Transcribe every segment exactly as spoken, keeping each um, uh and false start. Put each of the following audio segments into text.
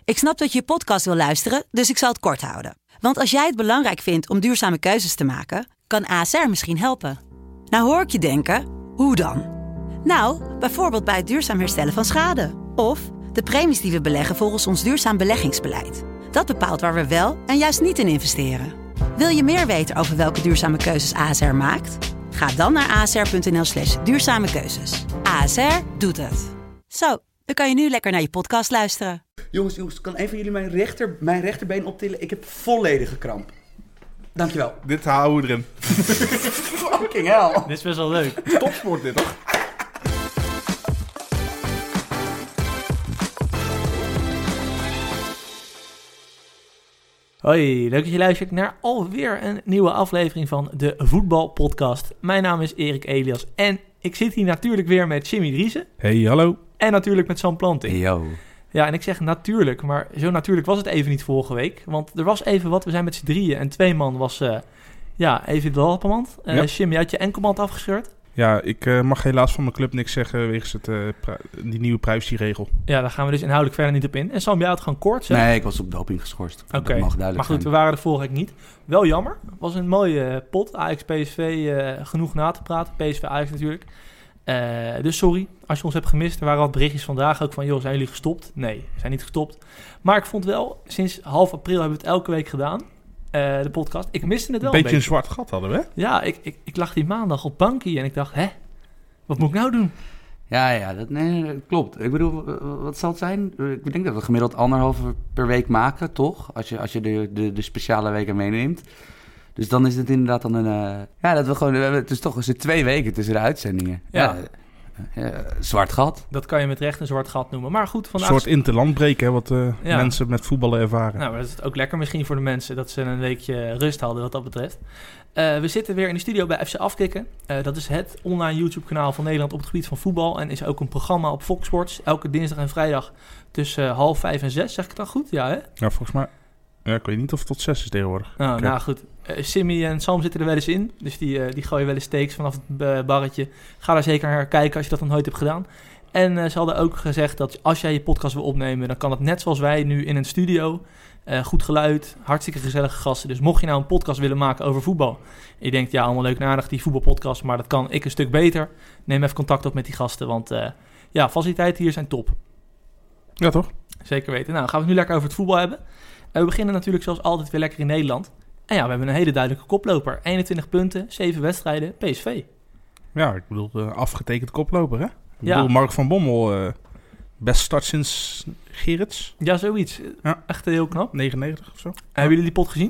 Ik snap dat je je podcast wil luisteren, dus ik zal het kort houden. Want als jij het belangrijk vindt om duurzame keuzes te maken, kan A S R misschien helpen. Nou hoor ik je denken, hoe dan? Nou, bijvoorbeeld bij het duurzaam herstellen van schade. Of de premies die we beleggen volgens ons duurzaam beleggingsbeleid. Dat bepaalt waar we wel en juist niet in investeren. Wil je meer weten over welke duurzame keuzes A S R maakt? Ga dan naar asr.nl slash duurzame keuzes. A S R doet het. Zo, dan kan je nu lekker naar je podcast luisteren. Jongens, jongens, kan een van jullie mijn, rechter, mijn rechterbeen optillen? Ik heb volledige kramp. Dankjewel. Dit houden we erin. Fucking hell. Dit is best wel leuk. Topsport dit, toch? Hoi, leuk dat je luistert naar alweer een nieuwe aflevering van de Voetbalpodcast. Mijn naam is Erik Elias en ik zit hier natuurlijk weer met Jimmy Driessen. Hey, hallo. En natuurlijk met Sam Planting. Hey, yo. Ja, en ik zeg natuurlijk, maar zo natuurlijk was het even niet vorige week. Want er was even wat, we zijn met z'n drieën en twee man was, uh, ja, even de walpenmand. Uh, Ja. Jimmy, je had je enkelband afgescheurd. Ja, ik uh, mag helaas van mijn club niks zeggen wegens het, uh, pri- die nieuwe privacyregel. Ja, daar gaan we dus inhoudelijk verder niet op in. En Sam, jij had gewoon koorts, hè? Nee, ik was op doping geschorst. Oké, Dat mag maar duidelijk goed, we zijn. waren er vorige week niet. Wel jammer. Het was een mooie uh, pot. Ajax P S V, uh, genoeg na te praten. P S V Ajax natuurlijk. Uh, dus sorry als je ons hebt gemist. Er waren wat berichtjes vandaag ook van, joh, zijn jullie gestopt? Nee, we zijn niet gestopt. Maar ik vond wel, sinds half april hebben we het elke week gedaan. Uh, de podcast. Ik miste het wel Een een beetje beetje. een zwart gat hadden we, hè? Ja, ik, ik, ik lag die maandag op bankie en ik dacht, hè? Wat moet ik nou doen? Ja, ja, dat, nee, dat klopt. Ik bedoel, uh, wat zal het zijn? Uh, Ik denk dat we gemiddeld anderhalve per week maken, toch? Als je, als je de, de, de speciale weken meeneemt. Dus dan is het inderdaad dan een... Uh, ja, dat we gewoon... We hebben, het is toch eens twee weken tussen de uitzendingen. Ja. Ja, uh, uh, zwart gat. Dat kan je met recht een zwart gat noemen. Maar goed, Een vandaag... soort interlandbreek, hè, wat uh, Ja. mensen met voetballen ervaren. Nou, maar dat is ook lekker misschien voor de mensen dat ze een weekje rust hadden wat dat betreft. Uh, we zitten weer in de studio bij F C Afkikken. Uh, dat is het online YouTube-kanaal van Nederland op het gebied van voetbal. En is ook een programma op Fox Sports. Elke dinsdag en vrijdag tussen uh, half vijf en zes. Zeg ik het dan goed? Ja, hè? Ja, volgens mij... Ja, ik weet niet of het tot zes is tegenwoordig. Nou, Oké. nou goed. Uh, Simmy en Sam zitten er wel eens in. Dus die, uh, die gooien wel eens steaks vanaf het uh, barretje. Ga daar zeker naar kijken als je dat nog nooit hebt gedaan. En uh, ze hadden ook gezegd dat als jij je podcast wil opnemen, dan kan het net zoals wij nu in een studio. Uh, goed geluid, hartstikke gezellige gasten. Dus mocht je nou een podcast willen maken over voetbal. En je denkt, ja, allemaal leuk en aardig die voetbalpodcast, maar dat kan ik een stuk beter. Neem even contact op met die gasten, want uh, ja, faciliteiten hier zijn top. Ja, toch? Zeker weten. Nou, dan gaan we het nu lekker over het voetbal hebben. Uh, we beginnen natuurlijk zoals altijd weer lekker in Nederland. En ja, we hebben een hele duidelijke koploper. eenentwintig punten, zeven wedstrijden, P S V. Ja, ik bedoel, uh, afgetekend koploper, hè? Ik Ja. bedoel, Mark van Bommel, uh, best start sinds Gerrits, Ja, zoiets. Ja. Echt heel knap. negenennegentig of zo. Uh, hebben jullie die pot gezien?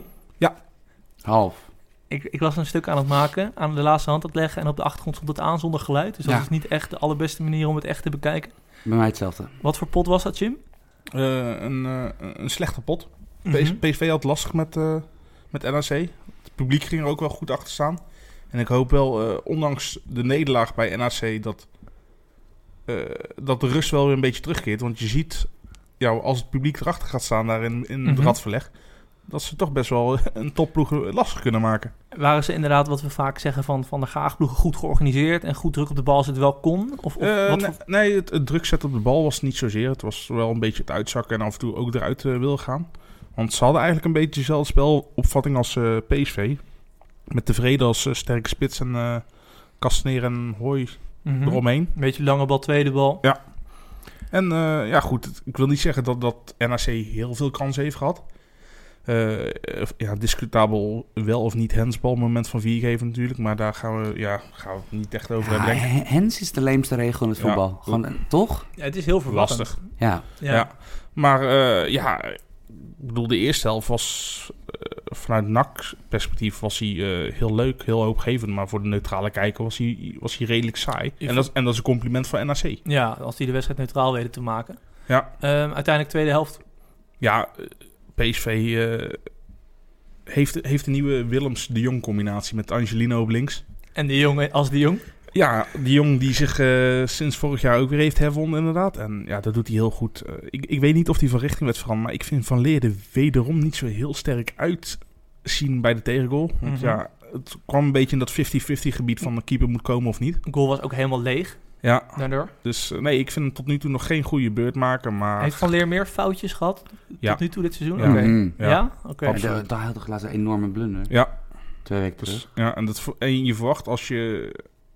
Half. Ik, ik was een stuk aan het maken, aan de laatste hand aan het leggen en op de achtergrond stond het aan zonder geluid. Dus dat Ja. is niet echt de allerbeste manier om het echt te bekijken. Bij mij hetzelfde. Wat voor pot was dat, Jim? Uh, een, uh, een slechte pot. Mhm. P S- P S V had lastig met, uh, met N A C. Het publiek ging er ook wel goed achter staan. En ik hoop wel, uh, ondanks de nederlaag bij N A C, dat, uh, dat de rust wel weer een beetje terugkeert. Want je ziet, ja, als het publiek erachter gaat staan daar in, in het Mhm. Radverleg, dat ze toch best wel een topploeg lastig kunnen maken. Waren ze inderdaad, wat we vaak zeggen, van, van de Gaagploegen goed georganiseerd en goed druk op de bal als het wel kon? Of, of Uh, wat nee, voor... nee, het, het druk zetten op de bal was niet zozeer. Het was wel een beetje het uitzakken en af en toe ook eruit uh, willen gaan. Want ze hadden eigenlijk een beetje dezelfde spelopvatting als uh, P S V. Met Tevreden als uh, sterke spits en uh, Kastner en Hooy Mhm. eromheen. Een beetje lange bal, tweede bal. En uh, ja, goed, het- ik wil niet zeggen dat, dat N A C heel veel kansen heeft gehad. Uh, ja, discutabel wel of niet handsbal, moment van vier geven natuurlijk. Maar daar gaan we, ja, gaan we het niet echt over Ja, hebben, denk ik. H- Hens is de leemste regel in het Ja. voetbal. Gewoon, uh, toch? Ja, het is heel verwachtend. Lastig. Ja. Ja. Ja. Maar uh, ja, ik bedoel, de eerste helft was uh, vanuit N A C-perspectief was hij uh, heel leuk, heel hoopgevend. Maar voor de neutrale kijker was hij, was hij redelijk saai. Ik En dat, is- en dat is een compliment voor N A C. Ja, als die de wedstrijd neutraal weten te maken. Ja, Um, uiteindelijk tweede helft. ja uh, P S V uh, heeft, heeft een nieuwe Willems-de Jong-combinatie met Angelino op links. En de jongen als de jong. Ja, die Jong die zich uh, sinds vorig jaar ook weer heeft hervonden inderdaad. En ja, dat doet hij heel goed. Uh, ik, ik weet niet of hij van richting werd veranderd, maar ik vind Van Leerde wederom niet zo heel sterk uitzien bij de tegengoal. Want Mhm. ja, het kwam een beetje in dat vijftig vijftig gebied van de keeper moet komen of niet. De goal was ook helemaal leeg. Ja, Daardoor. dus uh, nee, ik vind hem tot nu toe nog geen goede beurt maken, maar... Heeft Van Leer meer foutjes gehad Ja. tot nu toe dit seizoen? Ja. Oké. Mhm. Ja? Ja. Oké. Ja, Absoluut. daar daar had toch laatst een enorme blunder. Ja, Twee weken terug. dus, ja en, dat, vo- en je verwacht als je...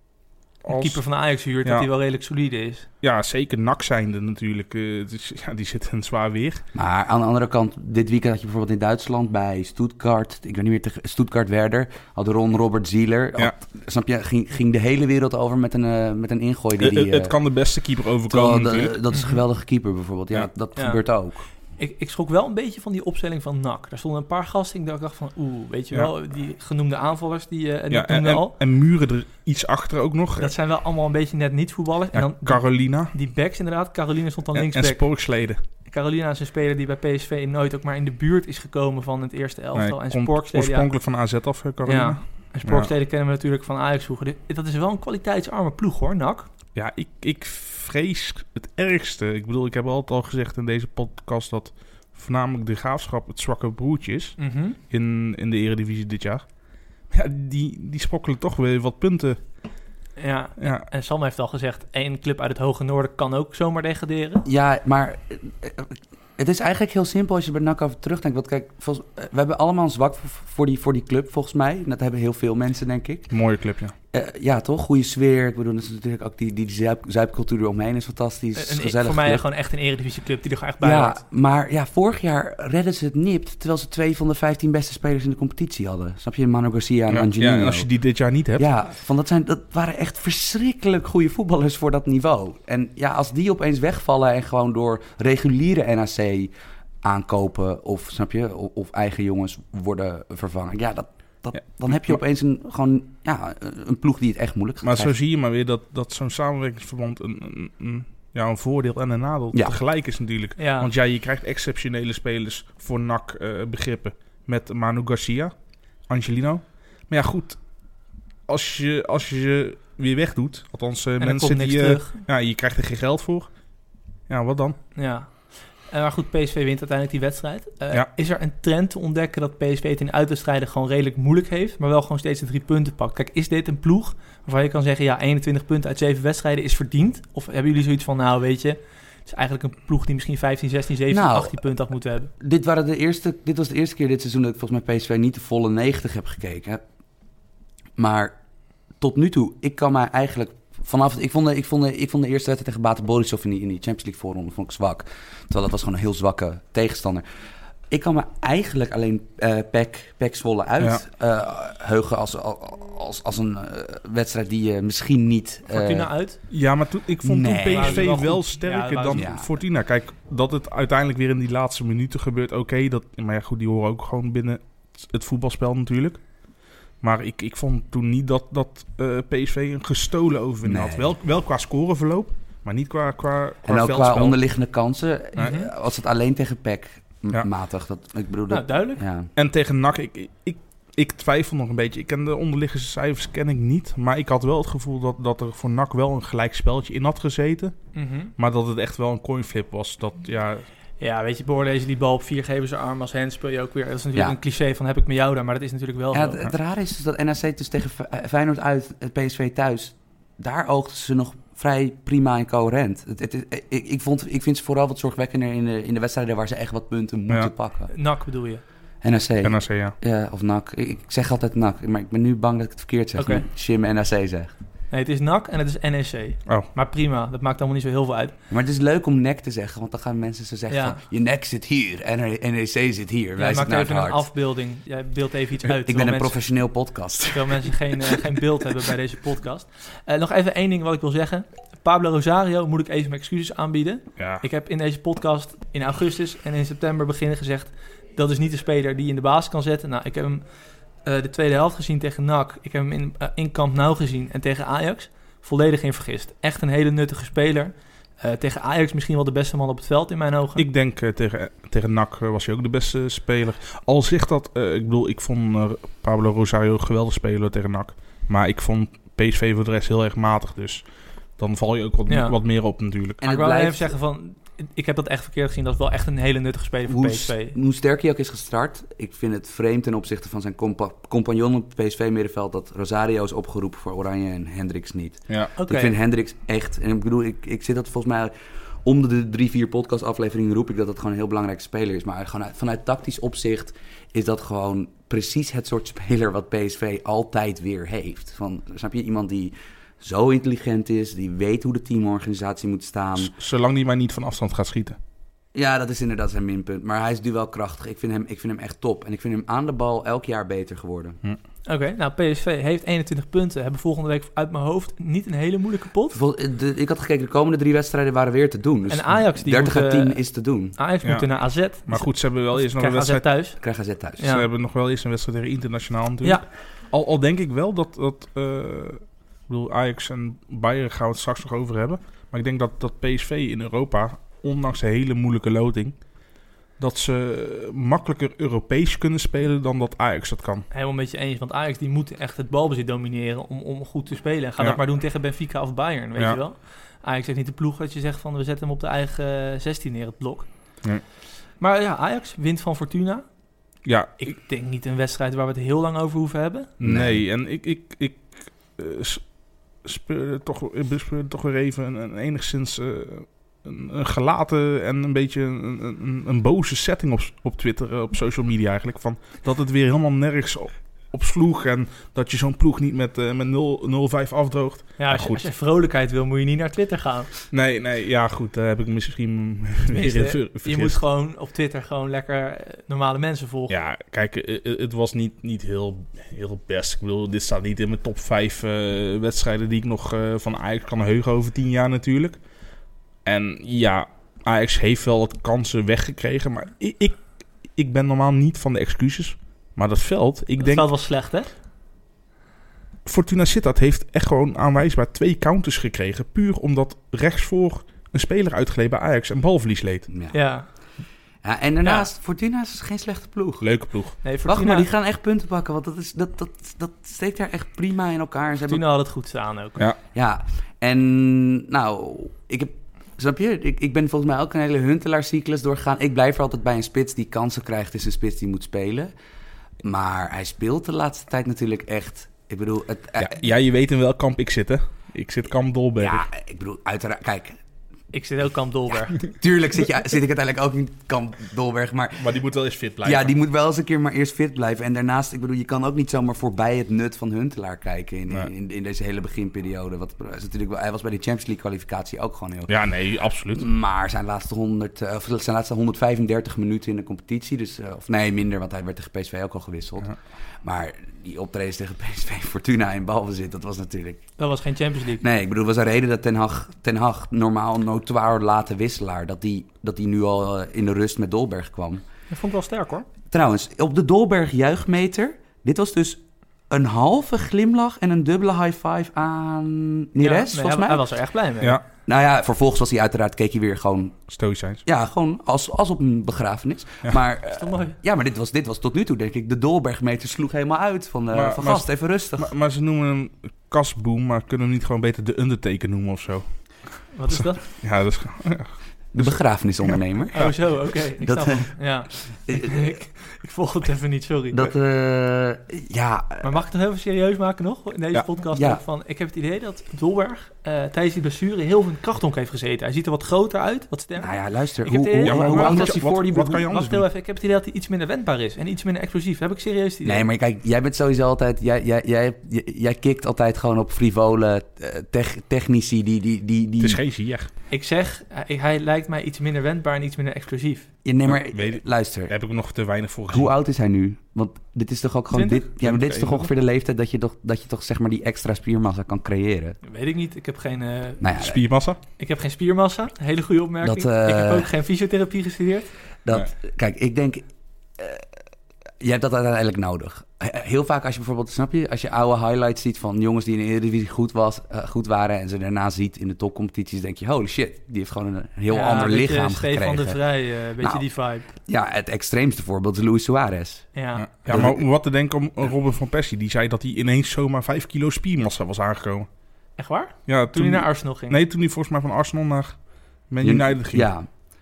Een Als, keeper van Ajax huurt Ja. dat hij wel redelijk solide is. Ja, zeker N A C zijnde natuurlijk. Uh, dus, ja, die zitten in zwaar weer. Maar aan de andere kant, dit weekend had je bijvoorbeeld in Duitsland bij Stuttgart, ik weet niet meer, tegen Stuttgart Werder, had Ron Robert Zieler. Ja. Had, snap je, ging, ging de hele wereld over met een, uh, met een ingooi. Die Uh, die, uh, uh, het kan de beste keeper overkomen terwijl, natuurlijk. dat, dat is een geweldige keeper bijvoorbeeld. Ja, Ja. dat Ja. gebeurt ook. Ik, ik schrok wel een beetje van die opstelling van N A C. Daar stonden een paar gasten. Ik dacht van, oeh, weet je Ja. wel, die genoemde aanvallers, die, uh, die Ja, en, noemde en, al. en Muren er iets achter ook nog. Dat zijn wel allemaal een beetje net niet voetballers. Ja, en dan Carolina die backs inderdaad. Caroline stond dan en, en linksback. Sporksleden. Carolina is een speler die bij P S V nooit ook maar in de buurt is gekomen van het eerste elftal. Nee, en komt Sporksleden, ja, oorspronkelijk van A Z af, uh, Carolina. Ja. en Sporksleden kennen we natuurlijk van Ajax vroeger. Dit- Dat is wel een kwaliteitsarme ploeg hoor, N A C. Ja, ik, ik vrees het ergste. Ik bedoel, ik heb altijd al gezegd in deze podcast dat voornamelijk de Graafschap het zwakke broertje is Mhm. in, in de Eredivisie dit jaar. Ja, die, die sprokkelen toch weer wat punten. Ja, Ja, en Sam heeft al gezegd, één club uit het Hoge Noorden kan ook zomaar degraderen. Ja, maar uh, uh, het is eigenlijk heel simpel als je bij N A C over terugdenkt. Want kijk, volgens, uh, we hebben allemaal een zwak voor, voor, die, voor die club volgens mij. En dat hebben heel veel mensen, denk ik. mooie club, ja. Uh, ja, toch? Goede sfeer. Ik bedoel, dat is natuurlijk ook die, die, die zuip, zuipcultuur eromheen is fantastisch. Een- een- gezellig. voor mij club. gewoon echt een Eredivisieclub die er gewoon echt bij Ja, hoort. maar ja, vorig jaar redden ze het nipt, terwijl ze twee van de vijftien beste spelers in de competitie hadden. Snap je? Manu Garcia en Ja, Angelino. ja, en als je die dit jaar niet hebt. Ja, van dat, zijn, dat waren echt verschrikkelijk goede voetballers voor dat niveau. En ja, als die opeens wegvallen en gewoon door reguliere N A C aankopen of, snap je, of, of eigen jongens worden vervangen. Ja, dat, dat, Ja. dan heb je opeens een, gewoon, ja, een ploeg die het echt moeilijk gaat Maar zo krijgen. zie je maar weer dat, dat zo'n samenwerkingsverband een, een, een, ja, een voordeel en een nadeel Ja. tegelijk is natuurlijk. Ja. Want ja, je krijgt exceptionele spelers voor N A C eh, begrippen. Met Manu Garcia, Angelino. Maar ja, goed. Als je, als je ze weer wegdoet, althans uh, En er mensen komt niks die... eh, terug. ja, je krijgt er geen geld voor. Ja, wat dan? Ja. Uh, maar goed, P S V wint uiteindelijk die wedstrijd. Uh, Ja. Is er een trend te ontdekken dat P S V het in uitwedstrijden gewoon redelijk moeilijk heeft, maar wel gewoon steeds de drie punten pakt? Kijk, is dit een ploeg waarvan je kan zeggen, ja, eenentwintig punten uit zeven wedstrijden is verdiend? Of hebben jullie zoiets van, nou, weet je, het is eigenlijk een ploeg die misschien vijftien, zestien, zeventien, Nou, achttien punten had moeten hebben? Dit, waren de eerste, dit was de eerste keer dit seizoen dat ik volgens mij P S V niet de volle negentig heb gekeken. Maar tot nu toe, ik kan mij eigenlijk vanaf... Ik vond de, ik vond de, ik vond de eerste wedstrijd tegen Bate Borisov in die, in die Champions League voorronde vond ik zwak. Terwijl dat was gewoon een heel zwakke tegenstander. Ik kan me eigenlijk alleen uh, Pek, Pek Zwolle uit uh, heugen als, als, als een uh, wedstrijd die uh, misschien niet... Uh, Fortuna uit? Ja, maar toen, ik vond Nee. toen Waren P S ze V wel wel, goed? sterker Ja, dan ja. Fortuna. Kijk, dat het uiteindelijk weer in die laatste minuten gebeurt, oké. Okay, dat, maar ja, goed, die horen ook gewoon binnen het voetbalspel natuurlijk. Maar ik, ik vond toen niet dat, dat uh, P S V een gestolen overwinning Nee. had. Wel, wel qua scoreverloop, maar niet qua, qua, qua en ook qua veldspel. onderliggende kansen Mhm. uh, was het alleen tegen Pek m- Ja. matig. Dat, ik bedoel, Nou, dat, duidelijk. ja. En tegen N A C, ik, ik, ik, ik twijfel nog een beetje. Ik ken de onderliggende cijfers ken ik niet. Maar ik had wel het gevoel dat, dat er voor N A C wel een gelijk spelletje in had gezeten. Mhm. Maar dat het echt wel een coinflip was. Dat, ja, Ja, weet je, beoordelen ze die bal op vier, geven ze arm als hand, speel je ook weer. Dat is natuurlijk Ja. een cliché van heb ik met jou daar, maar dat is natuurlijk wel Ja, zo. het, het rare is dus dat N A C dus tegen F- Feyenoord uit, het P S V thuis, daar oogden ze nog vrij prima en coherent. Het, het, het- ik, ik, vond, ik vind ze vooral wat zorgwekkender in de, in de wedstrijden waar ze echt wat punten moeten Ja. pakken. N A C bedoel je? N A C. N A C, ja. Ja, of N A C. Ik, ik zeg altijd N A C, maar ik ben nu bang dat ik het verkeerd zeg. Oké. Okay. Jim N A C zeg. Nee, het is N A C en het is N E C. Oh. Maar prima, dat maakt allemaal niet zo heel veel uit. Maar het is leuk om nek te zeggen, want dan gaan mensen zo zeggen Ja. van, je nek zit hier en N A C zit hier. Jij Wij zitten maakt naar even het een hart. afbeelding. Jij beeldt even iets uit. Ik ben terwijl een mensen- professioneel podcast. Terwijl mensen geen, uh, geen beeld hebben bij deze podcast. Uh, nog even één ding wat ik wil zeggen. Pablo Rosario moet ik even mijn excuses aanbieden. Ja. Ik heb in deze podcast in augustus en in september beginnen gezegd, dat is niet de speler die je in de basis kan zetten. Nou, ik heb hem uh, de tweede helft gezien tegen N A C. Ik heb hem in, uh, in Camp Nou gezien en tegen Ajax. Volledig in vergist. Echt een hele nuttige speler. Uh, tegen Ajax misschien wel de beste man op het veld in mijn ogen. Ik denk uh, tegen, tegen N A C was hij ook de beste speler. Al zegt dat, uh, ik bedoel, ik vond uh, Pablo Rosario een geweldig speler tegen N A C. Maar ik vond P S V voor de rest heel erg matig. Dus dan val je ook wat, Ja. wat meer op natuurlijk. En maar ik het wil blijft- even zeggen van, ik heb dat echt verkeerd gezien. Dat is wel echt een hele nuttige speler voor Hoe, P S V. hoe sterk hij ook is gestart, ik vind het vreemd ten opzichte van zijn compa- compagnon op het P S V-middenveld dat Rosario is opgeroepen voor Oranje en Hendricks niet. Ja. Oké. Ik vind Hendricks echt, en ik bedoel, ik, ik zit dat volgens mij om de drie, vier podcastafleveringen roep ik dat het gewoon een heel belangrijke speler is. Maar gewoon uit, vanuit tactisch opzicht is dat gewoon precies het soort speler wat P S V altijd weer heeft. Van, snap je, iemand die zo intelligent is, die weet hoe de teamorganisatie moet staan. Z- Zolang die maar niet van afstand gaat schieten. Ja, dat is inderdaad zijn minpunt. Maar hij is duelkrachtig. Ik vind hem, ik vind hem echt top. En ik vind hem aan de bal elk jaar beter geworden. Oké, okay, nou P S V heeft eenentwintig punten. Hebben volgende week uit mijn hoofd niet een hele moeilijke pot. Vol- de, ik had gekeken, de komende drie wedstrijden waren weer te doen. Dus En Ajax, die dertig uit moet, uh, tien is te doen. Ajax Ja. moet er naar A Z. Maar goed, ze hebben wel eerst nog een Krijg A Z wedstrijd. thuis. Krijg A Z thuis. Ja. Ze hebben nog wel eerst een wedstrijd tegen Internationaal natuurlijk. Ja, Al, al denk ik wel dat... dat uh, ik bedoel, Ajax en Bayern gaan we het straks nog over hebben. Maar ik denk dat, dat P S V in Europa, ondanks de hele moeilijke loting, dat ze makkelijker Europees kunnen spelen dan dat Ajax dat kan. helemaal met je eens. Want Ajax die moet echt het balbezit domineren om, om goed te spelen. En ga Ja. dat maar doen tegen Benfica of Bayern, weet Ja. je wel. Ajax heeft niet de ploeg dat je zegt van we zetten hem op de eigen zestien neer, het blok. Nee. Maar ja, Ajax wint van Fortuna. Ja, Ik denk niet een wedstrijd waar we het heel lang over hoeven hebben. nee. Nee. En ik, ik, ik uh, s- speurde toch, ik bespeurde toch weer even een, een enigszins uh, een, een gelaten en een beetje een, een, een boze setting op, op Twitter, uh, op social media eigenlijk. Van dat het weer helemaal nergens op, op sloeg en dat je zo'n ploeg niet met, uh, met nul vijf afdroogt. Ja, als, je, goed. als je vrolijkheid wil, moet je niet naar Twitter gaan. Nee, nee, ja goed, daar heb ik misschien Tenminste, weer in ver- vergist. je moet gewoon op Twitter gewoon lekker eh, normale mensen volgen. Ja, kijk, eh, eh, het was niet, niet heel, heel best. Ik bedoel, dit staat niet in mijn top vijf uh, wedstrijden die ik nog uh, van Ajax kan heugen over tien jaar natuurlijk. En ja, Ajax heeft wel wat kansen weggekregen, maar ik, ik, ik ben normaal niet van de excuses. Maar dat veld, ik Dat denk... veld was slecht, hè? Fortuna Sittard heeft echt gewoon aanwijsbaar twee counters gekregen. Puur omdat rechtsvoor een speler uitgeleed bij Ajax en balverlies leed. Ja. Ja. Ja, en daarnaast, Fortuna is geen slechte ploeg. Leuke ploeg. Nee, Wacht Fortuna, maar, die gaan echt punten pakken, want dat, is, dat, dat, dat steekt daar echt prima in elkaar. Ze hebben, Fortuna had het goed staan ook. Ja, ja, en nou, ik heb, snap je, ik, ik ben volgens mij ook een hele Huntelaar-cyclus doorgegaan. Ik blijf er altijd bij een spits die kansen krijgt, is een spits die moet spelen. Maar hij speelt de laatste tijd natuurlijk echt, ik bedoel... Het, ja, ja, je weet in welk kamp ik zit, hè? Ik zit kamp Dolberg. ja, ik bedoel, uiteraard, kijk... Ik zit ook Kamp Dolberg. Tuurlijk zit, je, zit ik uiteindelijk ook in kamp Dolberg, maar... Maar die moet wel eens fit blijven. Ja, die moet wel eens een keer maar eerst fit blijven. En daarnaast, ik bedoel, je kan ook niet zomaar voorbij het nut van Huntelaar kijken in, Nee. in, in deze hele beginperiode. Wat, is natuurlijk wel, hij was bij de Champions League kwalificatie ook gewoon heel... Ja, nee, absoluut. Maar zijn laatste, honderd, uh, of zijn laatste honderdvijfendertig minuten in de competitie, dus, uh, of nee, minder, want hij werd tegen P S V ook al gewisseld. Ja. Maar die optredens tegen P S V, Fortuna in balbezit, dat was natuurlijk... Dat was geen Champions League. Nee, ik bedoel, was een reden dat Ten Hag, Ten Hag normaal notoire late wisselaar, dat die, dat die nu al uh, in de rust met Dolberg kwam. Dat vond ik wel sterk, hoor. Trouwens, op de Dolberg juichmeter, dit was dus een halve glimlach en een dubbele high five aan Neres, Ja, nee, volgens hij, mij. hij was er echt blij mee. Ja, Nou ja, vervolgens was hij uiteraard, keek hij weer gewoon, stoïcijns. ja, gewoon als, als op een begrafenis. Ja. Maar, Dat is uh, toch mooi? ja, maar dit was, dit was tot nu toe, denk ik, de Dolbergmeter sloeg helemaal uit. Van, uh, Maar- van maar- gast, even rustig. Maar, maar ze noemen hem Kasboom, maar kunnen hem niet gewoon beter de Undertaker noemen of zo? Wat is dat? Ja, dat is... de begrafenisondernemer. Oh, zo, oké. Ik Dat, snap hem. Ja. ik, ik volg het even niet, sorry. Dat, uh, ja... Maar mag ik het nog even serieus maken nog? In deze Ja. podcast Ja. ook van... Ik heb het idee dat Dolberg uh, tijdens die blessure heel veel in krachtonk heeft gezeten. Hij ziet er wat groter uit, wat sterker. Nou ja, luister, Ik heb hoe, de- hoe, Ja, maar hoe wat- oud wat- was hij wat- voor die wat kan je anders Wacht heel even, ik heb het idee dat hij iets minder wendbaar is. En iets minder explosief. Heb ik serieus het idee? Nee, maar kijk, jij bent sowieso altijd... Jij, jij, jij, jij, jij kikt altijd gewoon op frivole uh, tech, technici die... die, die, die... Het is geen Ziyech. Ik zeg, hij, hij lijkt mij iets minder wendbaar en iets minder explosief. Ja, nee, maar Weet ik- luister. Daar heb ik nog te weinig voor gezien. Hoe oud is hij nu? Want dit is toch ook gewoon... twintig? Dit, ja, maar dit is toch twintig, ongeveer de leeftijd dat je toch, dat je toch zeg maar die extra spiermassa kan creëren. Weet ik niet. Ik heb geen, uh, Nou ja, Spiermassa? ik heb geen spiermassa. Hele goede opmerking. Dat, uh, ik heb ook geen fysiotherapie gestudeerd. dat... Kijk, ik denk... Uh, je hebt dat uiteindelijk nodig. Heel vaak als je bijvoorbeeld, snap je, als je oude highlights ziet van jongens die in de Eredivisie goed, was, uh, goed waren en ze daarna ziet in de topcompetities, denk je, holy shit, die heeft gewoon een heel Ja, ander een beetje lichaam Stefan gekregen. de Vrij, uh, een beetje Nou, die vibe. Ja, het extreemste voorbeeld is Luis Suarez. Ja. Ja, ja, maar wat te denken om Robin van Persie. Die zei dat hij ineens zomaar vijf kilo spiermassa was aangekomen. Echt waar? Ja, Toen, hij naar Arsenal ging. Nee, toen hij volgens mij van Arsenal naar Man United ging. Ja,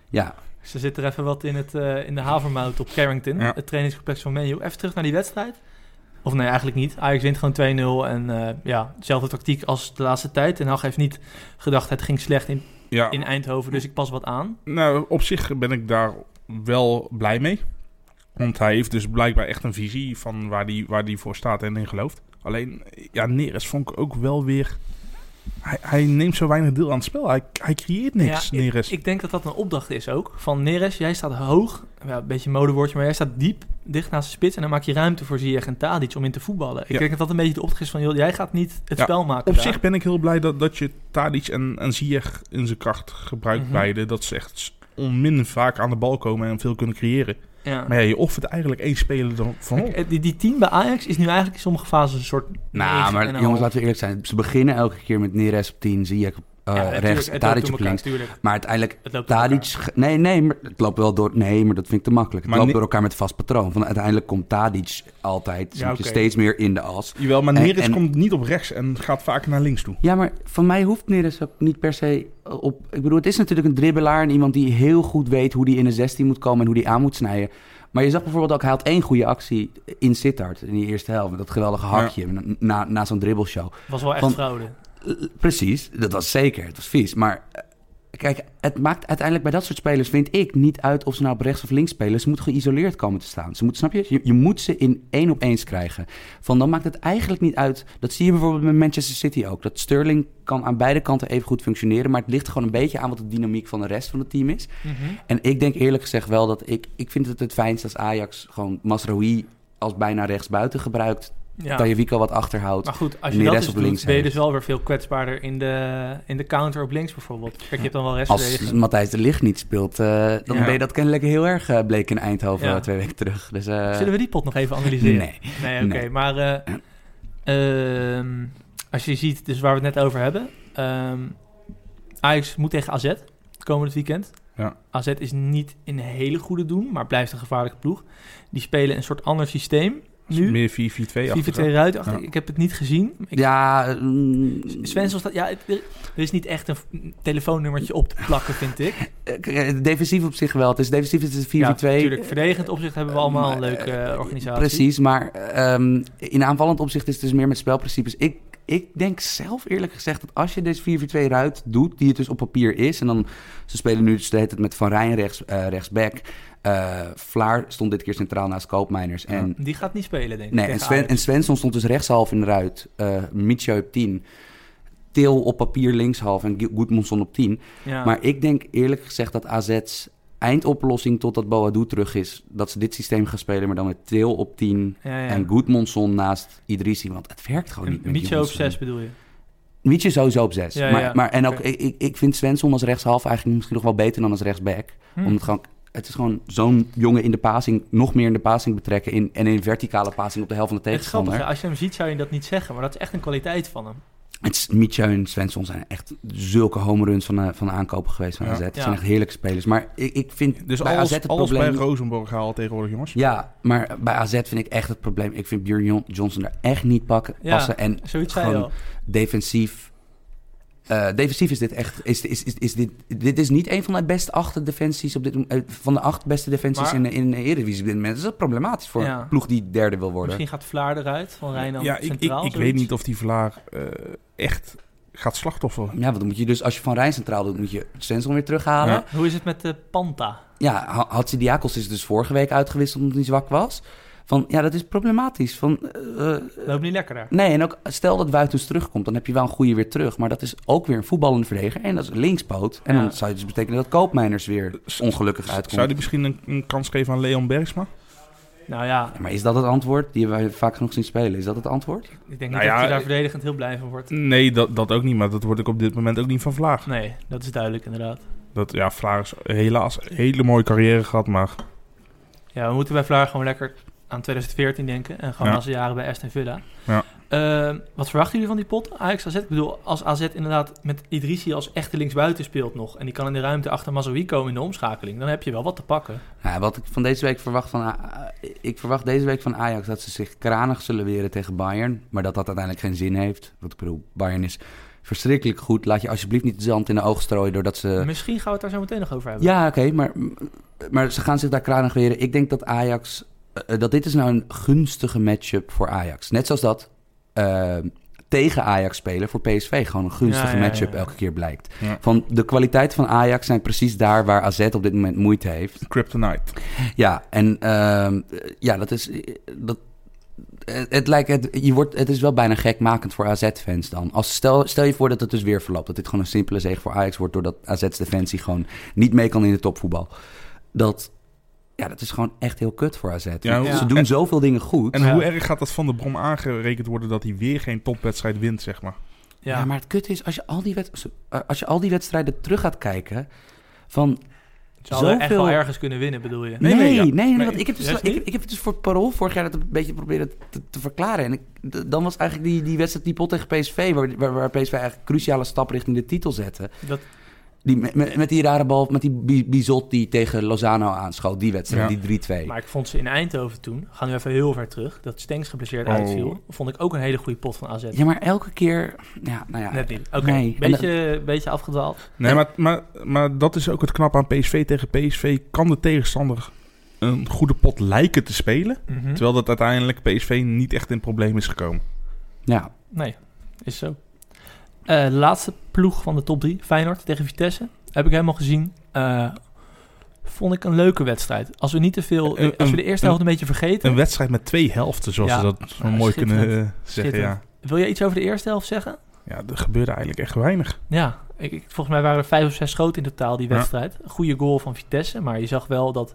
Ja. Ze zit er even wat in, het, uh, in de havermout op Carrington, Ja. het trainingscomplex van Man U. Even terug naar die wedstrijd. Of nee, eigenlijk niet. Ajax wint gewoon twee nul en uh, ja, dezelfde tactiek als de laatste tijd. Ten Hag heeft niet gedacht, het ging slecht in, Ja. in Eindhoven, dus ik pas wat aan. Nou, op zich ben ik daar wel blij mee. Want hij heeft dus blijkbaar echt een visie van waar hij waar die voor staat en in gelooft. Alleen, ja, Neres vond ik ook wel weer... Hij, hij neemt zo weinig deel aan het spel. Hij, hij creëert niks, Ja, Neres. Ik, ik denk dat dat een opdracht is ook. Van Neres, jij staat hoog, ja, een beetje een modewoordje, maar jij staat diep, dicht naast de spits. En dan maak je ruimte voor Ziyech en Tadic om in te voetballen. Ik Ja. denk dat dat een beetje de opdracht is van, joh, jij gaat niet het Ja, spel maken Op daar. zich ben ik heel blij dat, dat je Tadic en, en Ziyech in zijn kracht gebruikt Mhm. beide. Dat ze echt onmin vaak aan de bal komen en veel kunnen creëren. Ja. Maar ja, je offert eigenlijk één speler dan van op. Kijk, die, die team bij Ajax is nu eigenlijk in sommige fases een soort... Nou, negen maar en een jongens, half. laten we eerlijk zijn. Ze beginnen elke keer met Neres op tien, Ziyech op uh, Ja, natuurlijk, rechts, het loopt Tadic door op elkaar, links. tuurlijk. Maar uiteindelijk, Het loopt door Tadic... elkaar. ge- Nee, nee, maar het loopt wel door... Nee, maar dat vind ik te makkelijk. Het Maar loopt ne- door elkaar met vast patroon. Van, uiteindelijk komt Tadic altijd Ja, ja, oké. steeds meer in de as. Jawel, maar En- Neres en- komt niet op rechts en gaat vaak naar links toe. Ja, maar van mij hoeft Neres ook niet per se op... Ik bedoel, het is natuurlijk een dribbelaar en iemand die heel goed weet hoe die in de zestien moet komen en hoe die aan moet snijden. Maar je zag bijvoorbeeld ook, hij had één goede actie in Sittard in die eerste helft. Met dat geweldige hakje na, na zo'n dribbelshow. was wel echt Van- fraude. Uh, Precies, dat was zeker. Het was vies. Maar uh, kijk, het maakt uiteindelijk bij dat soort spelers, vind ik, niet uit of ze nou op rechts of links spelen. Ze moeten geïsoleerd komen te staan. Ze moeten, snap je? je? Je moet ze in één op eens krijgen. Van dan maakt het eigenlijk niet uit. Dat zie je bijvoorbeeld met Manchester City ook. Dat Sterling kan aan beide kanten even goed functioneren. Maar het ligt gewoon een beetje aan wat de dynamiek van de rest van het team is. Mhm. En ik denk eerlijk gezegd wel dat ik... Ik vind het het fijnst als Ajax gewoon Mazraoui als bijna rechtsbuiten gebruikt. Ja. Tajevico wat achterhoudt. Maar goed, als je Neres dat dus op links doet, ben je heeft. dus wel weer veel kwetsbaarder in de, in de counter op links bijvoorbeeld. Kijk, je hebt dan wel Als restverdediging. Matthijs de Ligt niet speelt, uh, dan Ja. ben je dat kennelijk heel erg uh, bleek in Eindhoven Ja. uh, twee weken terug. Dus, uh, Zullen we die pot nog even analyseren? Nee. Nee, oké. Nee. Maar uh, ehm, als je ziet, dus waar we het net over hebben. Um, Ajax moet tegen A Z komend weekend. Ja. A Z is niet in een hele goede doen, maar blijft een gevaarlijke ploeg. Die spelen een soort ander systeem nu. Meer vier vier twee vier vier twee ruit achter. Ja. Ik heb het niet gezien. Ik, ja, mm, Svensson staat... Ja, het, er is niet echt een f- telefoonnummertje op te plakken, vind ik. uh, defensief op zich wel. Het is defensief, het is vier vier twee. Ja, natuurlijk. Verdedigend opzicht hebben we allemaal een leuke uh, organisatie. Precies, maar um, in aanvallend opzicht is het dus meer met spelprincipes. Ik, ik denk zelf eerlijk gezegd dat als je deze vier vier twee ruit doet, die het dus op papier is, en dan, ze spelen nu dus de hele tijd met Van Rijn rechts, uh, rechtsback. Uh, Vlaar stond dit keer centraal naast Koopmeiners. En, Ja, die gaat niet spelen, denk ik. nee, en, Sven, en Svensson stond dus rechtshalf in de ruit. Uh, Micho op tien. Til op papier linkshalf en Goedmanson op tien. Ja. Maar ik denk eerlijk gezegd dat A Z's eindoplossing totdat Boadou terug is, dat ze dit systeem gaan spelen, maar dan met Til op tien ja, ja. en Goedmanson naast Idrissi. Want het werkt gewoon niet. En Micho op zes bedoel je? Mietje sowieso op zes. Ja, maar, ja. maar, en ook, Okay. ik, ik vind Svensson als rechtshalf eigenlijk misschien nog wel beter dan als rechtsback. Hm. Omdat gewoon, het is gewoon zo'n jongen in de passing, nog meer in de passing betrekken in, en in verticale passing op de helft van de Het is grappig, tegenstander. hè? Als je hem ziet zou je dat niet zeggen, maar dat is echt een kwaliteit van hem. Het is, Mietje en Svensson zijn echt zulke home runs van de, van de aankopen geweest van Ja. A Z. Het Ja. zijn echt heerlijke spelers. Maar ik, ik vind Dus bij alles, A Z het alles probleem... bij Rosenborg haalt tegenwoordig, jongens. Ja, maar bij A Z vind ik echt het probleem. Ik vind Björn Johnson er echt niet pakken, Ja, passen. En Zoiets zei je gewoon al. defensief... Uh, defensief is dit echt... Is, is, is, is dit, dit is niet een van de beste acht defensies op dit, uh, van de acht beste defensies Maar- in, de- in de Eredivisie op dit moment. Dat is problematisch voor Ja. een ploeg die derde wil worden. Misschien gaat Vlaar eruit van Rijnland Ja, ik, ik, centraal. ik weet niet of die Vlaar uh, echt gaat slachtofferen. Ja, want dan moet je dus, als je Van Rijn centraal doet, moet je Svensson weer terughalen. Ja. Ja, Hoe is het met de Panta? ja Hatsidiakos is dus vorige week uitgewisseld omdat hij zwak was. Van, ja, dat is problematisch. Van, uh, Loopt niet lekker daar. Nee, en ook stel dat Wuitens terugkomt, dan heb je wel een goede weer terug. Maar dat is ook weer een voetballende verdediger. En dat is een linkspoot. En Ja. dan zou het dus betekenen dat Koopmeiners weer ongelukkig uitkomt. Zou die misschien een, een kans geven aan Leon Bergsma? Nou ja, Ja, maar is dat het antwoord? Die hebben wij vaak genoeg zien spelen. Is dat het antwoord? ik denk niet Nou ja, dat je daar ik- verdedigend heel blij van wordt. Nee, dat, dat ook niet. Maar dat word ik op dit moment ook niet van Vlaar. Nee, dat is duidelijk inderdaad. Dat, ja, Vlaar is helaas een hele mooie carrière gehad, maar... Ja, we moeten bij Vlaar gewoon lekker aan twintig veertien denken. En gewoon Ja. aan zijn jaren bij Aston Villa. Ja. Uh, wat verwachten jullie van die pot? Ajax A Z? Ik bedoel, als A Z inderdaad met Idrissi als echte linksbuiten speelt nog... en die kan in de ruimte achter Mazraoui komen in de omschakeling... dan heb je wel wat te pakken. Nou, wat ik van deze week verwacht van... A- ik verwacht deze week van Ajax dat ze zich kranig zullen weren tegen Bayern. Maar dat dat uiteindelijk geen zin heeft. Want ik bedoel, Bayern is verschrikkelijk goed. Laat je alsjeblieft niet de zand in de ogen strooien doordat ze... Misschien gaan we het daar zo meteen nog over hebben. Ja, oké, okay, maar, maar ze gaan zich daar kranig weren. Ik denk dat Ajax... Uh, dat dit is nou een gunstige matchup voor Ajax. Net zoals dat uh, tegen Ajax spelen voor P S V gewoon een gunstige ja, ja, matchup ja, ja. elke keer blijkt. Ja. Van de kwaliteit van Ajax zijn precies daar waar A Z op dit moment moeite heeft. Kryptonite. Ja, en uh, ja, dat is... Dat, het, het lijkt... Het, je wordt, het is wel bijna gekmakend voor A Z-fans dan. Als, stel, stel je voor dat het dus weer verloopt. Dat dit gewoon een simpele zege voor Ajax wordt... doordat A Z's defensie gewoon niet mee kan in de topvoetbal. Dat... Ja, dat is gewoon echt heel kut voor A Z. Ja, ja. Ze doen en, zoveel dingen goed. En ja. hoe erg gaat dat van de Brom aangerekend worden... dat hij weer geen topwedstrijd wint, zeg maar? Ja, ja maar het kut is, als je al die, wed- als je al die wedstrijden terug gaat kijken... van Ze hadden zoveel... echt wel ergens kunnen winnen, bedoel je? Nee, nee, nee. ja. nee, nee nee want ik, heb dus, ik, ik, ik heb het dus voor het Parool vorig jaar... dat een beetje proberen te, te verklaren. En ik, d- dan was eigenlijk die, die wedstrijd, die pot tegen P S V... Waar, waar, waar P S V eigenlijk een cruciale stap richting de titel zette... Dat... Die, met, met die rare bal, met die Bizot die tegen Lozano aanschoot, die wedstrijd, ja. die drie twee. Maar ik vond ze in Eindhoven toen, gaan nu even heel ver terug, dat Stenks geblesseerd oh. uitviel, vond ik ook een hele goede pot van A Z. Ja, maar elke keer, ja, nou ja. Net niet. Oké, okay. Nee. beetje, dat... beetje afgedwaald. Nee, maar, maar, maar dat is ook het knap aan P S V. Tegen P S V kan de tegenstander een goede pot lijken te spelen, Mm-hmm. terwijl dat uiteindelijk P S V niet echt in probleem is gekomen. Ja. Nee, is zo. Uh, de laatste ploeg van de top drie, Feyenoord tegen Vitesse. Heb ik helemaal gezien. Uh, vond ik een leuke wedstrijd. Als we niet te veel... Een, als we de eerste helft een beetje vergeten... Een wedstrijd met twee helften, zoals ja, ze dat zo ja, mooi kunnen uh, zeggen. Ja. Wil jij iets over de eerste helft zeggen? Ja, er gebeurde eigenlijk echt weinig. Ja, ik, ik, volgens mij waren er vijf of zes schoten in totaal die wedstrijd. Ja. Een goede goal van Vitesse, maar je zag wel dat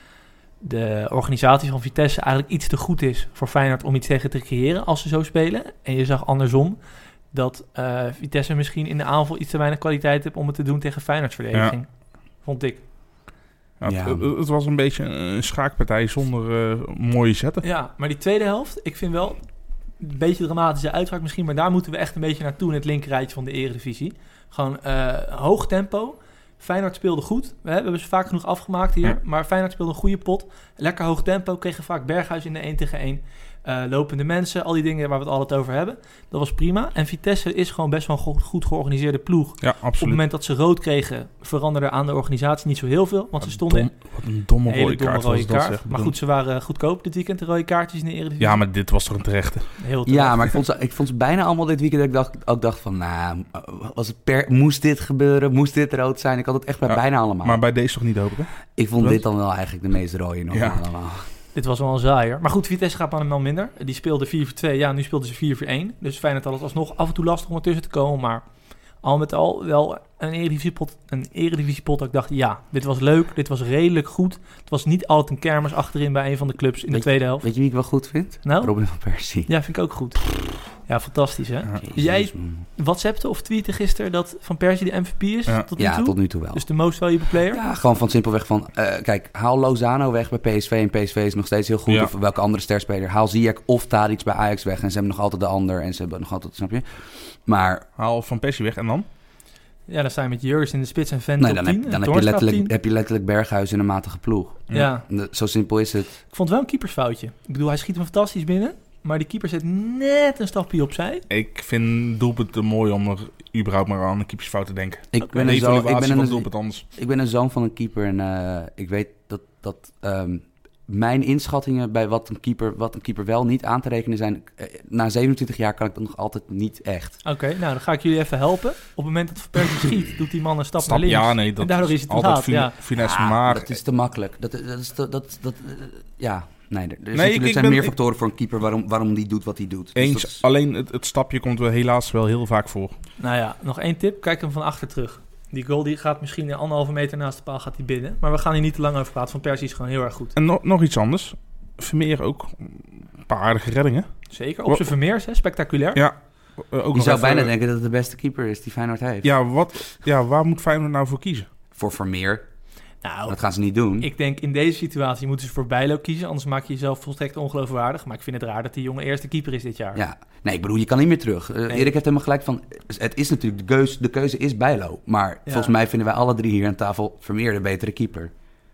de organisatie van Vitesse eigenlijk iets te goed is voor Feyenoord om iets tegen te creëren als ze zo spelen. En je zag andersom dat uh, Vitesse misschien in de aanval iets te weinig kwaliteit heeft om het te doen tegen Feyenoords verdediging. Ja. Vond ik. Ja, ja. Het, het was een beetje een schaakpartij zonder uh, mooie zetten. Ja, maar die tweede helft, ik vind wel een beetje dramatische uitvaart misschien, maar daar moeten we echt een beetje naartoe in het linkerrijtje van de Eredivisie. Gewoon uh, hoog tempo. Feyenoord speelde goed. We hebben ze vaak genoeg afgemaakt hier, ja. maar Feyenoord speelde een goede pot. Lekker hoog tempo, kregen vaak Berghuis in de één tegen één. Uh, lopende mensen, al die dingen waar we het altijd over hebben. Dat was prima. En Vitesse is gewoon best wel een goed, goed georganiseerde ploeg. Ja, absoluut. Op het moment dat ze rood kregen, veranderde aan de organisatie niet zo heel veel. Want wat ze stonden dom, wat een domme een hele rode kaart. Domme rode kaart. Dat, zeg, maar goed, ze waren goedkoop dit weekend, de rode kaartjes in de Eredivisie. Ja, maar dit was toch een terechte? Heel terecht. Ja, maar ik vond, ze, ik vond ze bijna allemaal dit weekend dat ik dacht, ook dacht van, nou, was het per, moest dit gebeuren? Moest dit rood zijn? Ik had het echt bij ja, bijna allemaal. Maar bij deze toch niet hoop ik? Ik vond Wat? dit dan wel eigenlijk de meest rode nog ja. allemaal. Dit was wel een zaaier. Maar goed, Vitesse gaat maar minder. Die speelde vier voor twee. Ja, nu speelden ze vier voor één. Dus Feyenoord had het alsnog af en toe lastig om ertussen te komen. Maar al met al wel een eredivisiepot. Een eredivisiepot dat ik dacht, ja, dit was leuk. Dit was redelijk goed. Het was niet altijd een kermis achterin bij een van de clubs in weet de tweede helft. Weet je wie ik wel goed vind? Nou? Robin van Persie. Ja, vind ik ook goed. Ja, fantastisch hè. Ja. Jij WhatsAppte of tweette gisteren dat Van Persie de M V P is? Ja, tot nu ja toe? tot nu toe wel. Dus de most valuable player? Ja, gewoon van simpelweg van... Uh, kijk, haal Lozano weg bij P S V en P S V is nog steeds heel goed. Ja. Of welke andere sterspeler. Haal Ziyech of Tadic bij Ajax weg en ze hebben nog altijd de ander. En ze hebben nog altijd, snap je? Maar... Haal Van Persie weg en dan? Ja, dan sta je met Jurgens in de spits en Vent nee, op dan tien. Heb, dan heb je, letterlijk, heb je letterlijk Berghuis in een matige ploeg. Ja. ja. Zo simpel is het. Ik vond het wel een keepersfoutje. Ik bedoel, hij schiet hem fantastisch binnen. Maar die keeper zet net een stapje opzij. Ik vind doelpunt te mooi om er überhaupt maar aan een keepersfout te denken. Ik ben een, zo, ik ben een, doelpunt anders. Ik ben een zoon van een keeper en uh, ik weet dat, dat um, mijn inschattingen bij wat een, keeper, wat een keeper wel niet aan te rekenen zijn. Uh, na zevenentwintig jaar kan ik dat nog altijd niet echt. Oké, okay, nou dan ga ik jullie even helpen. Op het moment dat Van Persie schiet, doet die man een stap, stap naar links. Ja, nee, dat en daardoor is het altijd laat, fin- ja. finesse, ah, maar... Dat is te makkelijk. Dat, dat is te, dat, dat, uh, ja... Nee, er, er, nee, zitten, er zijn ben, meer factoren voor een keeper waarom, waarom die doet wat hij doet. Eens, dus is... alleen het, het stapje komt wel helaas wel heel vaak voor. Nou ja, nog één tip. Kijk hem van achter terug. Die goal die gaat misschien een anderhalve meter naast de paal gaat die binnen. Maar we gaan hier niet te lang over praten. Van Persie is gewoon heel erg goed. En no, nog iets anders. Vermeer ook een paar aardige reddingen. Zeker. Op zijn Vermeers, hè? Spectaculair. Ja. Uh, ook Je zou even, bijna denken dat het de beste keeper is die Feyenoord heeft. Ja, wat, ja, waar moet Feyenoord nou voor kiezen? Voor Vermeer. Nou, dat gaan ze niet doen. Ik denk in deze situatie moeten ze voor Bijlo kiezen. Anders maak je jezelf volstrekt ongeloofwaardig. Maar ik vind het raar dat die jongen eerste keeper is dit jaar. Ja, nee, ik bedoel, je kan niet meer terug. Uh, nee. Erik heeft helemaal gelijk van... Het is natuurlijk, de keuze, de keuze is Bijlo. Maar ja. volgens mij vinden wij alle drie hier aan tafel Vermeer de betere keeper.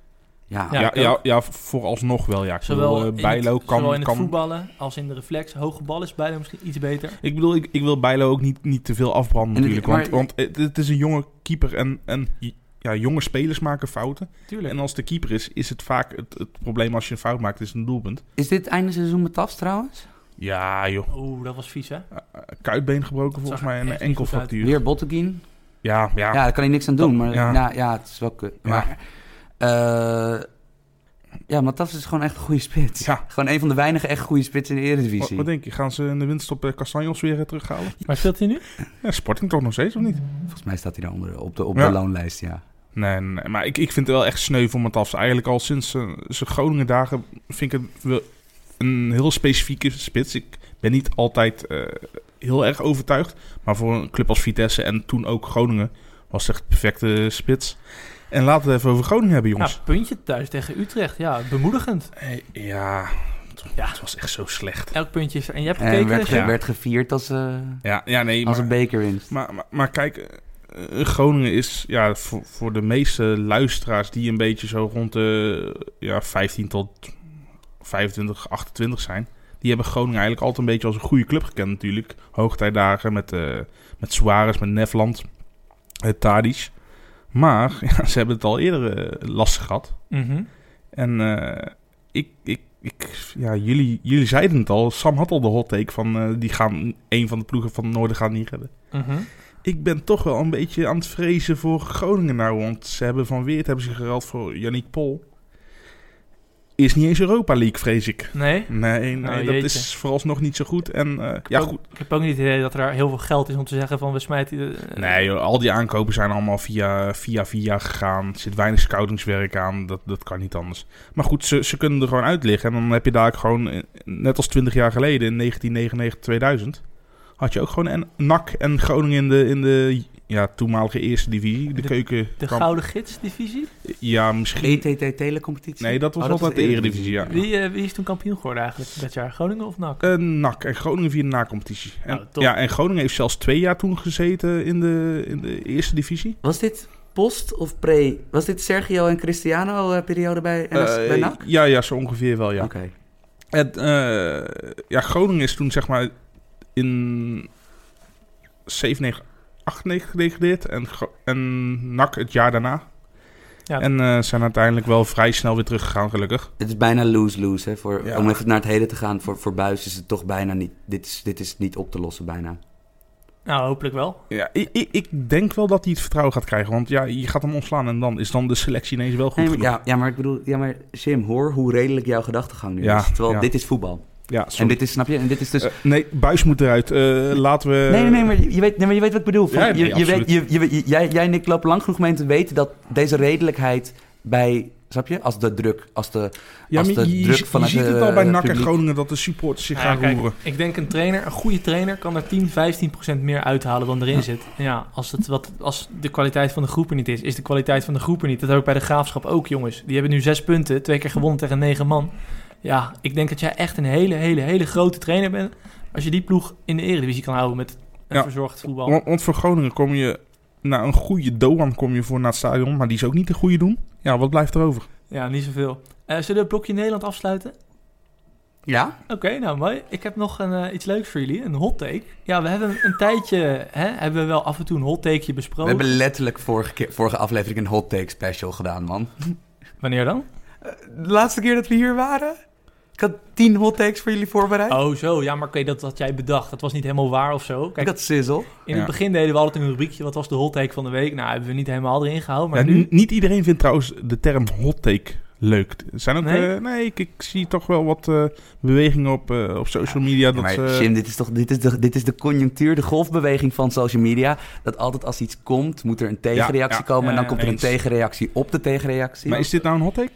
Ja, Ja, Ja, ik ja, ook. ja, vooralsnog wel. Ja. Ik Zowel, bedoel, in uh, Bijlo het, kan... zowel in het kan voetballen als in de reflex. Hoge bal is Bijlo misschien iets beter. ik bedoel, ik, ik wil Bijlo ook niet, niet te veel afbranden En- natuurlijk. maar- Want, want het, het is een jonge keeper en, en ja, jonge spelers maken fouten. Tuurlijk. En als de keeper is, is het vaak het, het probleem als je een fout maakt, is een doelpunt. Is dit einde seizoen met Tafs trouwens? Ja, joh. Oeh, dat was vies, hè? Uh, kuitbeen gebroken Dat volgens zag er mij en een echt niet goed enkelfractuur. Weer Botteguin? Ja, ja. Ja, daar kan hij niks aan doen. Dat- Maar ja. ja, ja, het is wel kut. Ja. Maar, eh, ja, maar Tafs is gewoon echt een goede spits. Ja. Gewoon een van de weinige echt goede spitsen in de Wat, Eredivisie. wat denk je? Gaan ze in de winst op uh, Castanjos weer uh, terughalen? Maar speelt hij nu? Ja, Sporting toch nog steeds, of niet? Volgens mij staat hij daaronder op de, op Ja. de loonlijst, ja. Nee, nee, maar ik, ik vind het wel echt sneu voor Matafs. Eigenlijk al sinds uh, zijn Groningen dagen vind ik het wel een heel specifieke spits. Ik ben niet altijd uh, heel erg overtuigd. Maar voor een club als Vitesse en toen ook Groningen was het echt de perfecte spits. En laten we het even over Groningen hebben, Ja, jongens. puntje thuis tegen Utrecht. Ja, bemoedigend. Hey, ja, het, Ja. het was echt zo slecht. Elk puntje is er. En je hebt En gekeken. werd, dus ge- ja. werd gevierd als, eh, Ja, ja nee, als maar, een bekerwinst. maar, maar, maar kijk, uh, Groningen is ja, voor, voor de meeste luisteraars die een beetje zo rond de ja, vijftien tot vijfentwintig, achtentwintig zijn. Die hebben Groningen eigenlijk altijd een beetje als een goede club gekend natuurlijk. Hoogtijdagen met, uh, met Suarez, met Nefland, uh, Tadic. Maar ja, ze hebben het al eerder uh, lastig gehad. Mhm. En uh, ik, ik, ik, ja, jullie, jullie zeiden het al. Sam had al de hot take van uh, die gaan een van de ploegen van het noorden gaan niet redden. Mhm. Ik ben toch wel een beetje aan het vrezen voor Groningen nou. Want ze hebben van Weert hebben ze geruild voor Yannick Pol. Is niet eens Europa League, vrees ik. Nee? Nee, nee Nou, dat jeetje. is vooralsnog niet zo goed. En uh, ja, ook- goed. Ik heb ook niet het idee dat er heel veel geld is om te zeggen van we smijten... de- Nee, joh, al die aankopen zijn allemaal via via, via gegaan. Er zit weinig scoutingswerk aan. Dat, dat kan niet anders. Maar goed, ze, ze kunnen er gewoon uit liggen. En dan heb je daar gewoon, eh, net als twintig jaar geleden, in negentien negenennegentig tweeduizend... had je ook gewoon een N A C en Groningen in de, in de ja, toenmalige eerste divisie. De, De- keuken... De kwam- Gouden Gids-divisie? Ja, misschien... E T T Telecompetitie? Nee, dat was Oh, altijd is de Eredivisie, ja. Wie, eh, wie is toen kampioen geworden eigenlijk dat jaar? Groningen of N A C? Uh, N A C en Groningen via de na-competitie. En, Nou, top. ja, en Groningen heeft zelfs twee jaar toen gezeten in de, in de eerste divisie. Was dit post of pre? Was dit Sergio en Cristiano eh, periode bij, N S, Uh, bij N A C? ja, ja, zo ongeveer wel, ja. Oké. En, uh, ja, Groningen is toen zeg maar in zevenennegentig, achtennegentig gedegradeerd en, Gro- en N A C het jaar daarna. Ja. En uh, zijn uiteindelijk wel vrij snel weer teruggegaan, gelukkig. Het is bijna lose-lose. Hè? Voor, Ja. Om even naar het heden te gaan, voor, voor Buis is het toch bijna niet... Dit is, dit is niet op te lossen, bijna. Nou, hopelijk wel. Ja, ik, ik, ik denk wel dat hij het vertrouwen gaat krijgen. Want ja, je gaat hem ontslaan en dan is dan de selectie ineens wel goed Nee, maar, genoeg. ja, ja, maar ik bedoel... Ja, maar Jim, hoor hoe redelijk jouw gedachtegang nu Ja, is. Terwijl ja. dit is voetbal. Ja, En sorry. dit is, snap je? En dit is dus... Uh, nee, Buis moet eruit. Uh, laten we... nee, nee, nee, maar je weet, nee, maar je weet wat ik bedoel. Van, Ja, nee, je, je weet, absoluut. je, je, je- jij, jij en ik lopen lang genoeg mee om te weten dat deze redelijkheid bij... Snap je? Als de druk, als de, Ja, als maar de je, druk je, van je het ziet het eh, al bij N A C en publiek- Groningen dat de supporters zich Nou ja, gaan kijk, roeren. ik denk een trainer, een goede trainer kan er tien, vijftien procent meer uithalen dan erin zit. En ja, als, het wat, als de kwaliteit van de groep er niet is, is de kwaliteit van de groep er niet. Dat heb ik bij de Graafschap ook, jongens. Die hebben nu zes punten, twee keer gewonnen tegen negen man. Ja, ik denk dat jij echt een hele, hele, hele grote trainer bent als je die ploeg in de Eredivisie kan houden met een Ja. verzorgd voetbal. Want, want voor Groningen kom je... Nou, een goede Doan kom je voor naar het stadion, maar die is ook niet de goede doen. Ja, wat blijft er over? Ja, niet zoveel. Uh, zullen we het blokje Nederland afsluiten? Ja? Oké, nou mooi. Ik heb nog een, uh, iets leuks voor jullie, een hot take. Ja, we hebben een tijdje, hè, hebben we wel af en toe een hot takeje We besproken. hebben letterlijk vorige, keer, vorige aflevering een hot take special gedaan, man. Wanneer dan? De laatste keer dat we hier waren... Ik had tien hot takes voor jullie voorbereid. Oh, zo. Ja, maar oké, dat had jij bedacht. Dat was niet helemaal waar of zo. Ik Kijk, had sizzle. in Ja. het begin deden we altijd een rubriekje. Wat was de hot take van de week? Nou, hebben we niet helemaal erin gehouden. Maar Ja, nu... n- Niet iedereen vindt trouwens de term hot take leuk. Er zijn ook, Nee? nee, nee ik, ik zie toch wel wat uh, bewegingen op, uh, op social media. Ja, Dat, maar uh, Jim, dit is toch dit is de, dit is de conjunctuur, de golfbeweging van social media. Dat altijd als iets komt, moet er een tegenreactie Ja, ja. komen. Ja, en dan ja, komt er een eens. tegenreactie op de tegenreactie. maar is dit nou een hot take?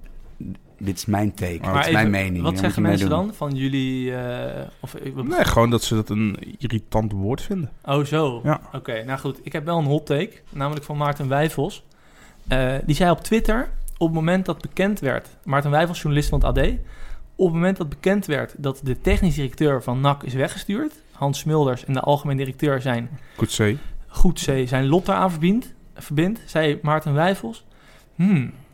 Dit is mijn take, Maar dit is even, mijn mening. Wat Daar moet zeggen je mee mensen doen. dan? Van jullie... eh, of, ik- Nee, gewoon dat ze dat een irritant woord vinden. Oh, zo. Ja. Oké, nou goed. Ik heb wel een hot take. Namelijk van Maarten Wijfels. Uh, die zei op Twitter... Op het moment dat bekend werd... Maarten Wijfels, journalist van het A D... Op het moment dat bekend werd dat de technisch directeur van N A C is weggestuurd... Hans Smulders en de algemeen directeur zijn... Goed zee. Goed zee, zijn lot daaraan verbindt, verbindt zei Maarten Wijfels... Hmm,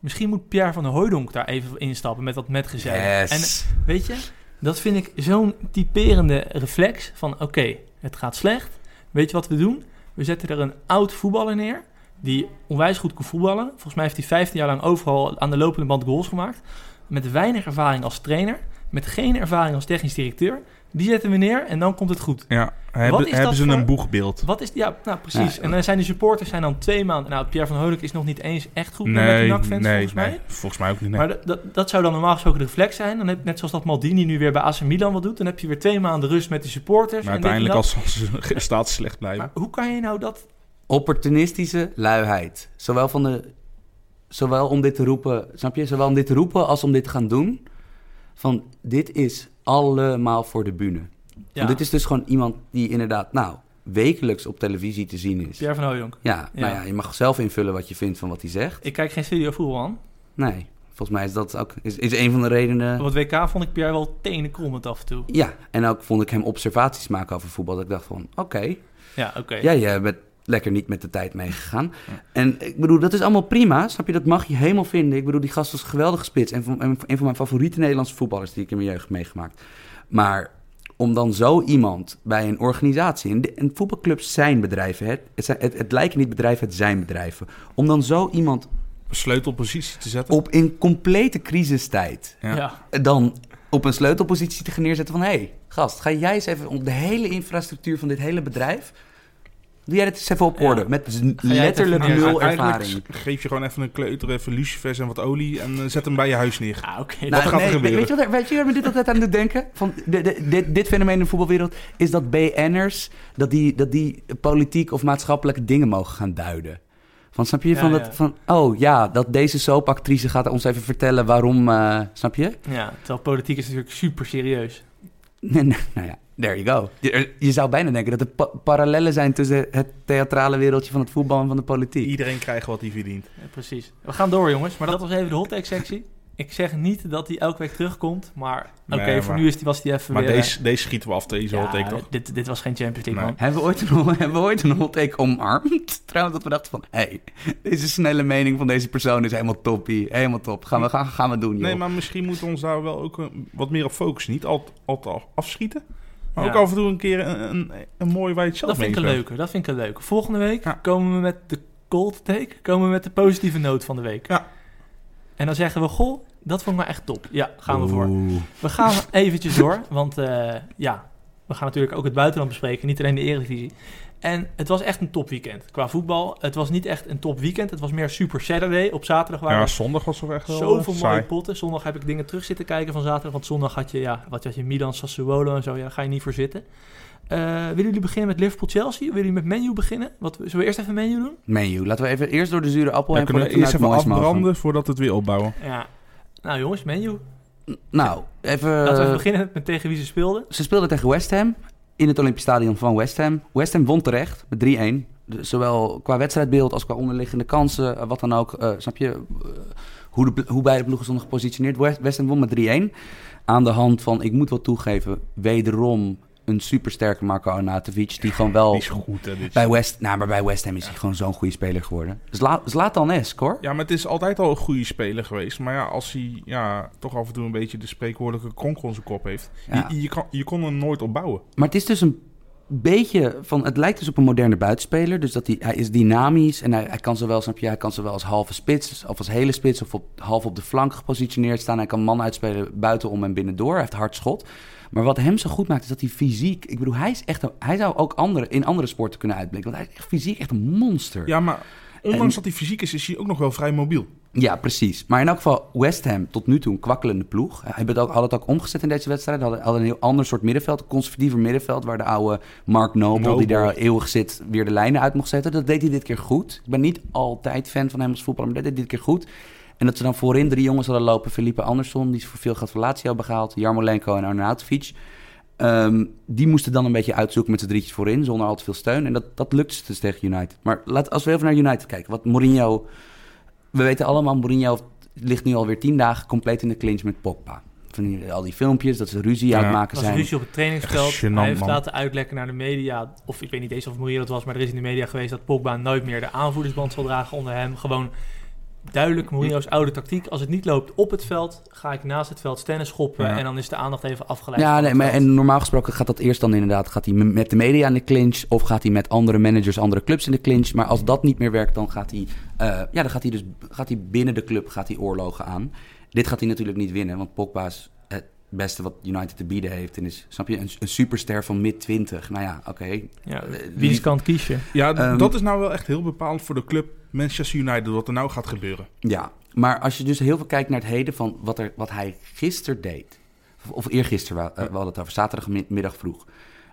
Misschien moet Pierre van der Hooijdonk daar even instappen met dat metgezel. Yes. En weet je, dat vind ik zo'n typerende reflex van oké, okay, het gaat slecht. Weet je wat we doen? We zetten er een oud voetballer neer die onwijs goed kan voetballen. Volgens mij heeft hij vijftien jaar lang overal aan de lopende band goals gemaakt. Met weinig ervaring als trainer, met geen ervaring als technisch directeur. Die zetten we neer en dan komt het goed. Ja, hebben, hebben ze voor, een boegbeeld. Wat is, ja, nou precies. Ja. En dan zijn de supporters zijn dan twee maanden... Nou, Pierre van Hooijdonk is nog niet eens echt goed nee, met de N A C-fans, nee, volgens mij. Nee, volgens mij ook niet. Nee. Maar dat, dat, dat zou dan normaal gesproken de reflex zijn. Dan heb, net zoals dat Maldini nu weer bij A C Milan wat doet. Dan heb je weer twee maanden rust met de supporters. Maar en uiteindelijk als, als ze staat slecht blijven. Maar hoe kan je nou dat... Opportunistische luiheid. Zowel, van de, zowel om dit te roepen, snap je? Zowel om dit te roepen als om dit te gaan doen. Van, dit is allemaal voor de bühne. Ja. Want dit is dus gewoon iemand die inderdaad, nou, wekelijks op televisie te zien is. Pierre van Hooijdonk. Ja, ja, nou ja, je mag zelf invullen wat je vindt van wat hij zegt. Ik kijk geen studio voetbal aan. Nee, volgens mij is dat ook is, is een van de redenen... Op het W K vond ik Pierre wel tenenkrommend af en toe. Ja, en ook vond ik hem observaties maken over voetbal. Dat ik dacht van, oké. Okay, ja, oké. Okay. Ja, je bent lekker niet met de tijd meegegaan. Ja. En ik bedoel, dat is allemaal prima. Snap je, dat mag je helemaal vinden. Ik bedoel, die gast was een geweldige spits. En van, een van mijn favoriete Nederlandse voetballers die ik in mijn jeugd heb meegemaakt. Maar om dan zo iemand bij een organisatie... En, de, en voetbalclubs zijn bedrijven. Hè? Het, zijn, het, het lijken niet bedrijven, het zijn bedrijven. Om dan zo iemand... Een sleutelpositie te zetten. Op in complete crisistijd. Ja. Ja. Dan op een sleutelpositie te gaan neerzetten van... Hé, hey, gast, ga jij eens even op de hele infrastructuur van dit hele bedrijf... Doe jij dit eens even op orde, ja. Met letterlijk nul ervaring. Geef je gewoon even een kleuter, even lucifers en wat olie... en uh, zet hem bij je huis neer. Ah, oké. Okay. Nou, wat gaat nee, er gebeuren? Weet je wat, weet je waar me dit altijd aan doet denken? Van de, de, dit, dit fenomeen in de voetbalwereld is dat B N'ers... Dat die, dat die politiek of maatschappelijke dingen mogen gaan duiden. Van, snap je? Ja, van, ja. Dat, van, oh ja, dat deze soapactrice gaat ons even vertellen waarom... Uh, snap je? Ja, terwijl politiek is natuurlijk super serieus. Nee, nee, nou ja. There you go. Je, je zou bijna denken dat er pa- parallellen zijn tussen het theatrale wereldje van het voetbal en van de politiek. Iedereen krijgt wat hij verdient. Ja, precies. We gaan door, jongens. Maar dat was even de hot take sectie. Ik zeg niet dat hij elke week terugkomt, maar oké, okay, nee, voor nu is die, was hij even maar weer... Maar deze, deze schieten we af, deze ja, hot take toch? Dit, dit was geen Champions League, nee. man. Hebben we, ooit een, hebben we ooit een hot take omarmd? Trouwens, dat we dachten van, hé, hey, deze snelle mening van deze persoon is helemaal toppie. Helemaal top. Gaan we, gaan, gaan we doen, joh. Nee, maar misschien moeten we ons daar wel ook een, wat meer op focussen. Niet altijd, altijd afschieten. Maar ja. ook af en toe een keer een, een, een mooie waar je het zelf dat vind ik een leuke. Dat vind ik een leuke. Volgende week ja. komen we met de cold take. Komen we met de positieve noot van de week. Ja. En dan zeggen we, goh, dat vond ik maar echt top. Ja, gaan we voor. We gaan eventjes door. Want uh, ja, we gaan natuurlijk ook het buitenland bespreken. Niet alleen de Eredivisie. En het was echt een topweekend qua voetbal. Het was niet echt een topweekend. Het was meer Super Saturday. Op zaterdag waren ja, zondag was er echt wel zoveel saai. mooie potten. Zondag heb ik dingen terug zitten kijken van zaterdag. Want zondag had je, ja, wat had je, Milan, Sassuolo en zo. Ja, daar ga je niet voor zitten. Uh, willen jullie beginnen met Liverpool-Chelsea? Willen jullie met Man U beginnen? Wat, zullen we eerst even Man U doen? Man U. Laten we even eerst door de zure appel ja, heen. Kunnen we eerst even afbranden mogen. Voordat we het weer opbouwen? Ja. Nou jongens, Man U. Nou, even... Laten we even beginnen met tegen wie ze speelden. Ze speelden tegen West Ham. In het Olympisch Stadion van West Ham. West Ham won terecht met drie-een. Dus zowel qua wedstrijdbeeld als qua onderliggende kansen. Wat dan ook. Uh, snap je? Uh, hoe, de, hoe beide ploegen stonden gepositioneerd. West, West Ham won met drie-een. Aan de hand van, ik moet wel toegeven, wederom een supersterke Marko Arnautovic. Die gewoon wel... Die is goed, hè, dit bij West, nou, maar bij West Ham is ja. hij gewoon zo'n goede speler geworden. Zla, Zlatan-esk, hoor. Ja, maar het is altijd al een goede speler geweest. Maar ja, als hij ja, toch af en toe een beetje de spreekwoordelijke kronkel in zijn kop heeft. Ja. Je, je, kan, je kon er nooit op bouwen. Maar het is dus een beetje van... Het lijkt dus op een moderne buitenspeler. Dus dat hij, hij is dynamisch. En hij, hij kan zowel, snap je, hij kan zowel als halve spits... of als hele spits of op, half op de flank gepositioneerd staan. Hij kan man uitspelen buitenom en binnendoor. Hij heeft hard schot. Maar wat hem zo goed maakt, is dat hij fysiek... Ik bedoel, hij, is echt een, hij zou ook andere, in andere sporten kunnen uitblikken. Want hij is echt fysiek echt een monster. Ja, maar ondanks en, dat hij fysiek is, is hij ook nog wel vrij mobiel. Ja, precies. Maar in elk geval, West Ham tot nu toe een kwakkelende ploeg. Hij had het ook, had het ook omgezet in deze wedstrijd. Hij had, had een heel ander soort middenveld, een conservatiever middenveld... waar de oude Mark Noble, Noble, die daar eeuwig zit, weer de lijnen uit mocht zetten. Dat deed hij dit keer goed. Ik ben niet altijd fan van hem als voetballer, maar dat deed hij dit keer goed. En dat ze dan voorin drie jongens hadden lopen. Felipe Anderson, die voor veel geld van Lazio hebben gehaald. Jarmolenko en Arnautovic. Um, die moesten dan een beetje uitzoeken met z'n drietjes voorin, zonder al te veel steun. En dat, dat lukte ze dus tegen United. Maar laat, als we even naar United kijken. Wat Mourinho... We weten allemaal, Mourinho ligt nu alweer tien dagen compleet in de clinch met Pogba. Van die, al die filmpjes, dat ze ruzie ja. aan het maken zijn. Dat was ruzie op het trainingsveld. Gênant, hij heeft man. laten uitlekken naar de media. Of ik weet niet eens of Mourinho dat was, maar er is in de media geweest dat Pogba nooit meer de aanvoerdersband zal dragen onder hem. Gewoon duidelijk Mourinho's oude tactiek. Als het niet loopt op het veld, ga ik naast het veld stennis schoppen Ja. en dan is de aandacht even afgeleid. Ja, van nee, het maar, veld. en normaal gesproken gaat dat eerst dan inderdaad... gaat hij met de media in de clinch of gaat hij met andere managers, andere clubs in de clinch. Maar als dat niet meer werkt, dan gaat hij, uh, ja, dan gaat hij dus gaat hij binnen de club gaat hij oorlogen aan. Dit gaat hij natuurlijk niet winnen, want Pogba is het beste wat United te bieden heeft. En is, snap je, een, een superster van mid twintig. Nou ja, oké. Okay. Ja, Uh, wie kant kies je? Ja, Um, dat is nou wel echt heel bepalend voor de club Manchester United, wat er nou gaat gebeuren. Ja, maar als je dus heel veel kijkt naar het heden van wat, er, wat hij gisteren deed... of, of eergisteren, we, uh, we hadden het over zaterdagmiddag vroeg...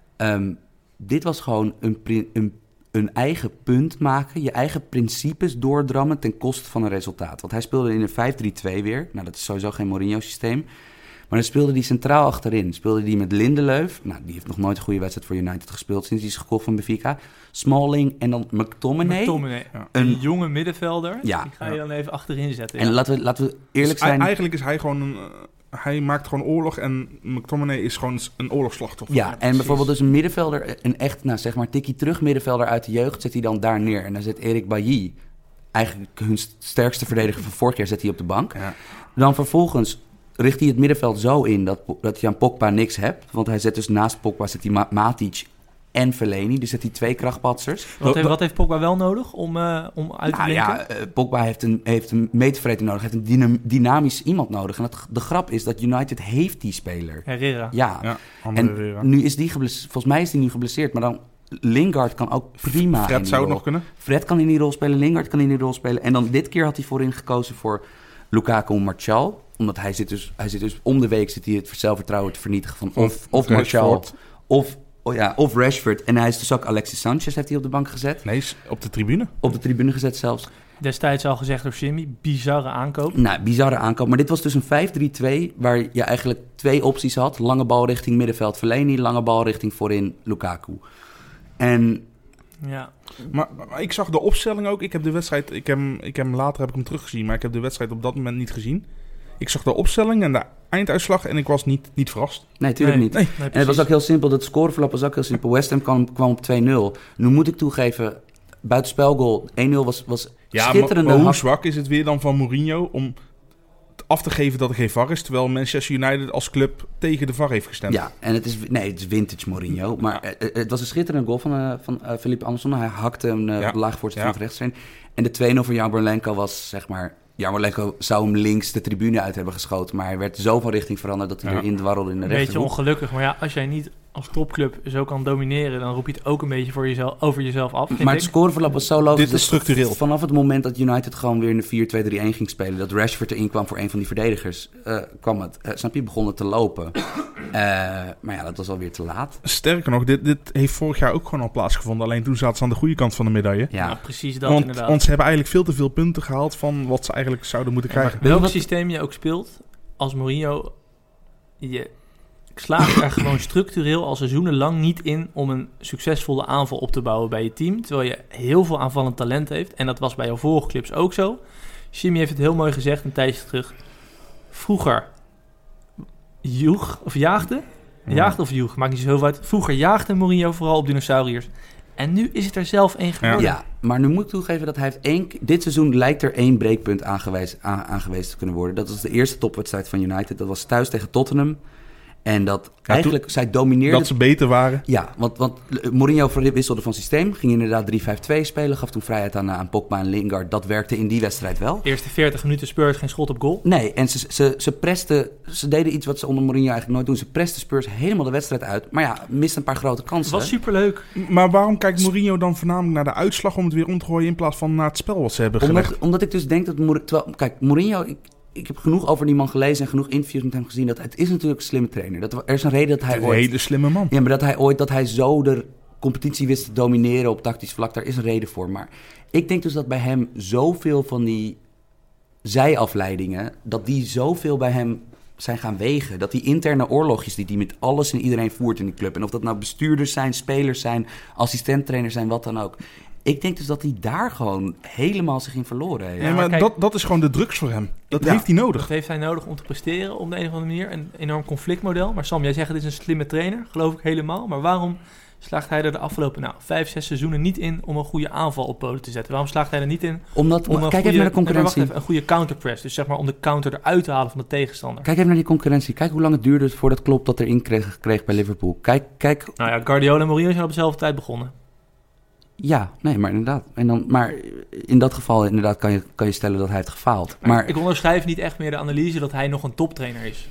Um, dit was gewoon een, pri- een, een eigen punt maken... je eigen principes doordrammen ten koste van een resultaat. Want hij speelde in een vijf drie twee weer. Nou, dat is sowieso geen Mourinho-systeem. Maar dan speelde hij centraal achterin. Speelde hij met Lindelöf. Nou, die heeft nog nooit een goede wedstrijd voor United gespeeld... sinds hij is gekocht van Benfica. Smalling en dan McTominay. McTominay, Ja. een Een- jonge middenvelder. Ja. Die ga je dan even achterin zetten. En ja. laten we, laten we eerlijk Dus zijn... e- eigenlijk is hij gewoon een, uh, hij maakt gewoon oorlog en McTominay is gewoon een oorlogsslachtoffer. Ja, Ja, en precies. bijvoorbeeld dus een middenvelder, een echt, nou zeg maar, tikkie terug middenvelder uit de jeugd, zet hij dan daar neer. En dan zet Erik Bailly, eigenlijk hun sterkste verdediger van vorig jaar, zet hij op de bank. Ja. Dan vervolgens richt hij het middenveld zo in dat, dat je aan Pogba niks hebt. Want hij zet dus naast Pogba zet hij Ma- Matic en Fellaini. Dus zet hij twee krachtpatsers. Wat, heeft, wat heeft Pogba wel nodig om, uh, om uit te Nou blinken? ja, uh, Pogba heeft een, heeft een meetverreter nodig, heeft een dynam- dynamisch iemand nodig. En dat, de grap is dat United heeft die speler. Herrera. Ja, Ja, en Herrera. nu is die geblesseerd. Volgens mij is die nu geblesseerd, maar dan Lingard kan ook prima in Fred die zou het rol. nog kunnen. Fred kan in die rol spelen, Lingard kan in die rol spelen. En dan dit keer had hij voorin gekozen voor Lukaku en Martial. Omdat hij zit dus, hij zit dus om de week zit hij het zelfvertrouwen te vernietigen van of, of, Of Martial Rashford. of, oh ja, of Rashford. En hij is dus ook Alexis Sanchez heeft hij op de bank gezet. Nee, is op de tribune. Op de tribune gezet zelfs. Destijds al gezegd door Jimmy, bizarre aankoop. Nou, bizarre aankoop. Maar dit was dus een vijf drie twee waar je eigenlijk twee opties had. Lange bal richting middenveld Fellaini, lange bal richting voorin Lukaku. En Ja. Maar, maar ik zag de opstelling ook. Ik heb de wedstrijd, ik heb, hem- ik heb hem later heb ik hem teruggezien, maar ik heb de wedstrijd op dat moment niet gezien. Ik zag de opstelling en de einduitslag en ik was niet, niet verrast. nee, natuurlijk Nee. niet. Nee. Nee, En het was precies. ook heel simpel. Dat scoreverloop was ook heel simpel. West Ham kwam, kwam op twee nul. Nu moet ik toegeven, buitenspelgoal één nul was, was Ja, maar, schitterende... maar hoe hak- zwak is het weer dan van Mourinho om af te geven dat er geen V A R is, terwijl Manchester United als club tegen de V A R heeft gestemd. Ja, en het is, nee, het is vintage Mourinho. Maar eh, het was een schitterende goal van, uh, van uh, Felipe Anderson. Hij hakte hem uh, Ja. laag voor het Ja. van rechts heen. En de twee nul voor Jarmolenko was, zeg maar... Jarmolenko zou hem links de tribune uit hebben geschoten. Maar hij werd zo van richting veranderd dat hij Ja. erin dwarrelde in de Een beetje rechterhoek. ongelukkig. Maar ja, als jij niet als topclub zo kan domineren, dan roep je het ook een beetje voor jezelf, over jezelf af. vind Maar het ik. scoreverloop was zo logisch. Dit is dat structureel. Vanaf het moment dat United gewoon weer in de vier twee drie een ging spelen... dat Rashford erin kwam voor een van die verdedigers... Uh, kwam het, uh, snap je, begon het te lopen. Uh, maar ja, dat was alweer te laat. Sterker nog, dit, dit heeft vorig jaar ook gewoon al plaatsgevonden. Alleen toen zaten ze aan de goede kant van de medaille. Ja, Nou, precies dat want, inderdaad. want ze hebben eigenlijk veel te veel punten gehaald van wat ze eigenlijk zouden moeten krijgen. je Welk wat- systeem je ook speelt, als Mourinho, je slaagt er gewoon structureel al seizoenenlang niet in om een succesvolle aanval op te bouwen bij je team. Terwijl je heel veel aanvallend talent heeft. En dat was bij jouw vorige clubs ook zo. Jimmy heeft het heel mooi gezegd een tijdje terug. Vroeger joeg, of jaagde, jaagde of joeg, maakt niet zo heel veel uit. Vroeger jaagde Mourinho vooral op dinosauriërs. En nu is het er zelf één geworden. ja, maar nu moet ik toegeven dat hij heeft één... Dit seizoen lijkt er één breekpunt aangewezen, aan, aangewezen te kunnen worden. Dat was de eerste topwedstrijd van United. Dat was thuis tegen Tottenham. En dat eigenlijk, zij domineerde... Dat ze beter waren. Ja, want, want Mourinho wisselde van systeem. Ging inderdaad drie vijf twee spelen. Gaf toen vrijheid aan, aan Pogba en Lingard. Dat werkte in die wedstrijd wel. Eerste veertig minuten Spurs geen schot op goal. Nee, en ze, ze, ze presten... Ze deden iets wat ze onder Mourinho eigenlijk nooit doen. Ze presten Spurs helemaal de wedstrijd uit. Maar ja, misten een paar grote Het kansen. was superleuk. Maar waarom kijkt Mourinho dan voornamelijk naar de uitslag om het weer om te gooien in plaats van naar het spel wat ze hebben gelegd? Omdat, omdat ik dus denk dat... Mour- terwijl, kijk, Mourinho... Ik, ik heb genoeg over die man gelezen en genoeg interviews met hem gezien. Dat het is natuurlijk een slimme trainer. Dat, er is een reden dat hij Een ooit... hele slimme man. Ja, maar dat hij ooit dat hij zo de competitie wist te domineren op tactisch vlak, daar is een reden voor. Maar ik denk dus dat bij hem zoveel van die zijafleidingen, dat die zoveel bij hem zijn gaan wegen. Dat die interne oorlogjes die hij met alles en iedereen voert in die club. En of dat nou bestuurders zijn, spelers zijn, assistenttrainers zijn, wat dan ook. Ik denk dus dat hij daar gewoon helemaal zich in verloren heeft. Ja, Ja, maar kijk- dat, dat is gewoon de drugs voor hem. Dat Ja. heeft hij nodig. Dat heeft hij nodig om te presteren op de een of andere manier. Een enorm conflictmodel. Maar Sam, jij zegt het is een slimme trainer. Geloof ik helemaal. Maar waarom slaagt hij er de afgelopen nou, vijf, zes seizoenen niet in om een goede aanval op poten te zetten? Waarom slaagt hij er niet in Omdat, om een kijk goede, even naar de concurrentie. nee, wacht even, een goede counterpress? Dus zeg maar om de counter eruit te halen van de tegenstander. Kijk even naar die concurrentie. Kijk hoe lang het duurde voordat Klopp dat erin kreeg, kreeg bij Liverpool. Kijk, kijk. Nou ja, Guardiola en Mourinho zijn op dezelfde tijd begonnen. Ja, nee, maar inderdaad. En dan, maar in dat geval inderdaad kan je, kan je stellen dat hij heeft gefaald. Maar, Maar ik onderschrijf niet echt meer de analyse dat hij nog een toptrainer is.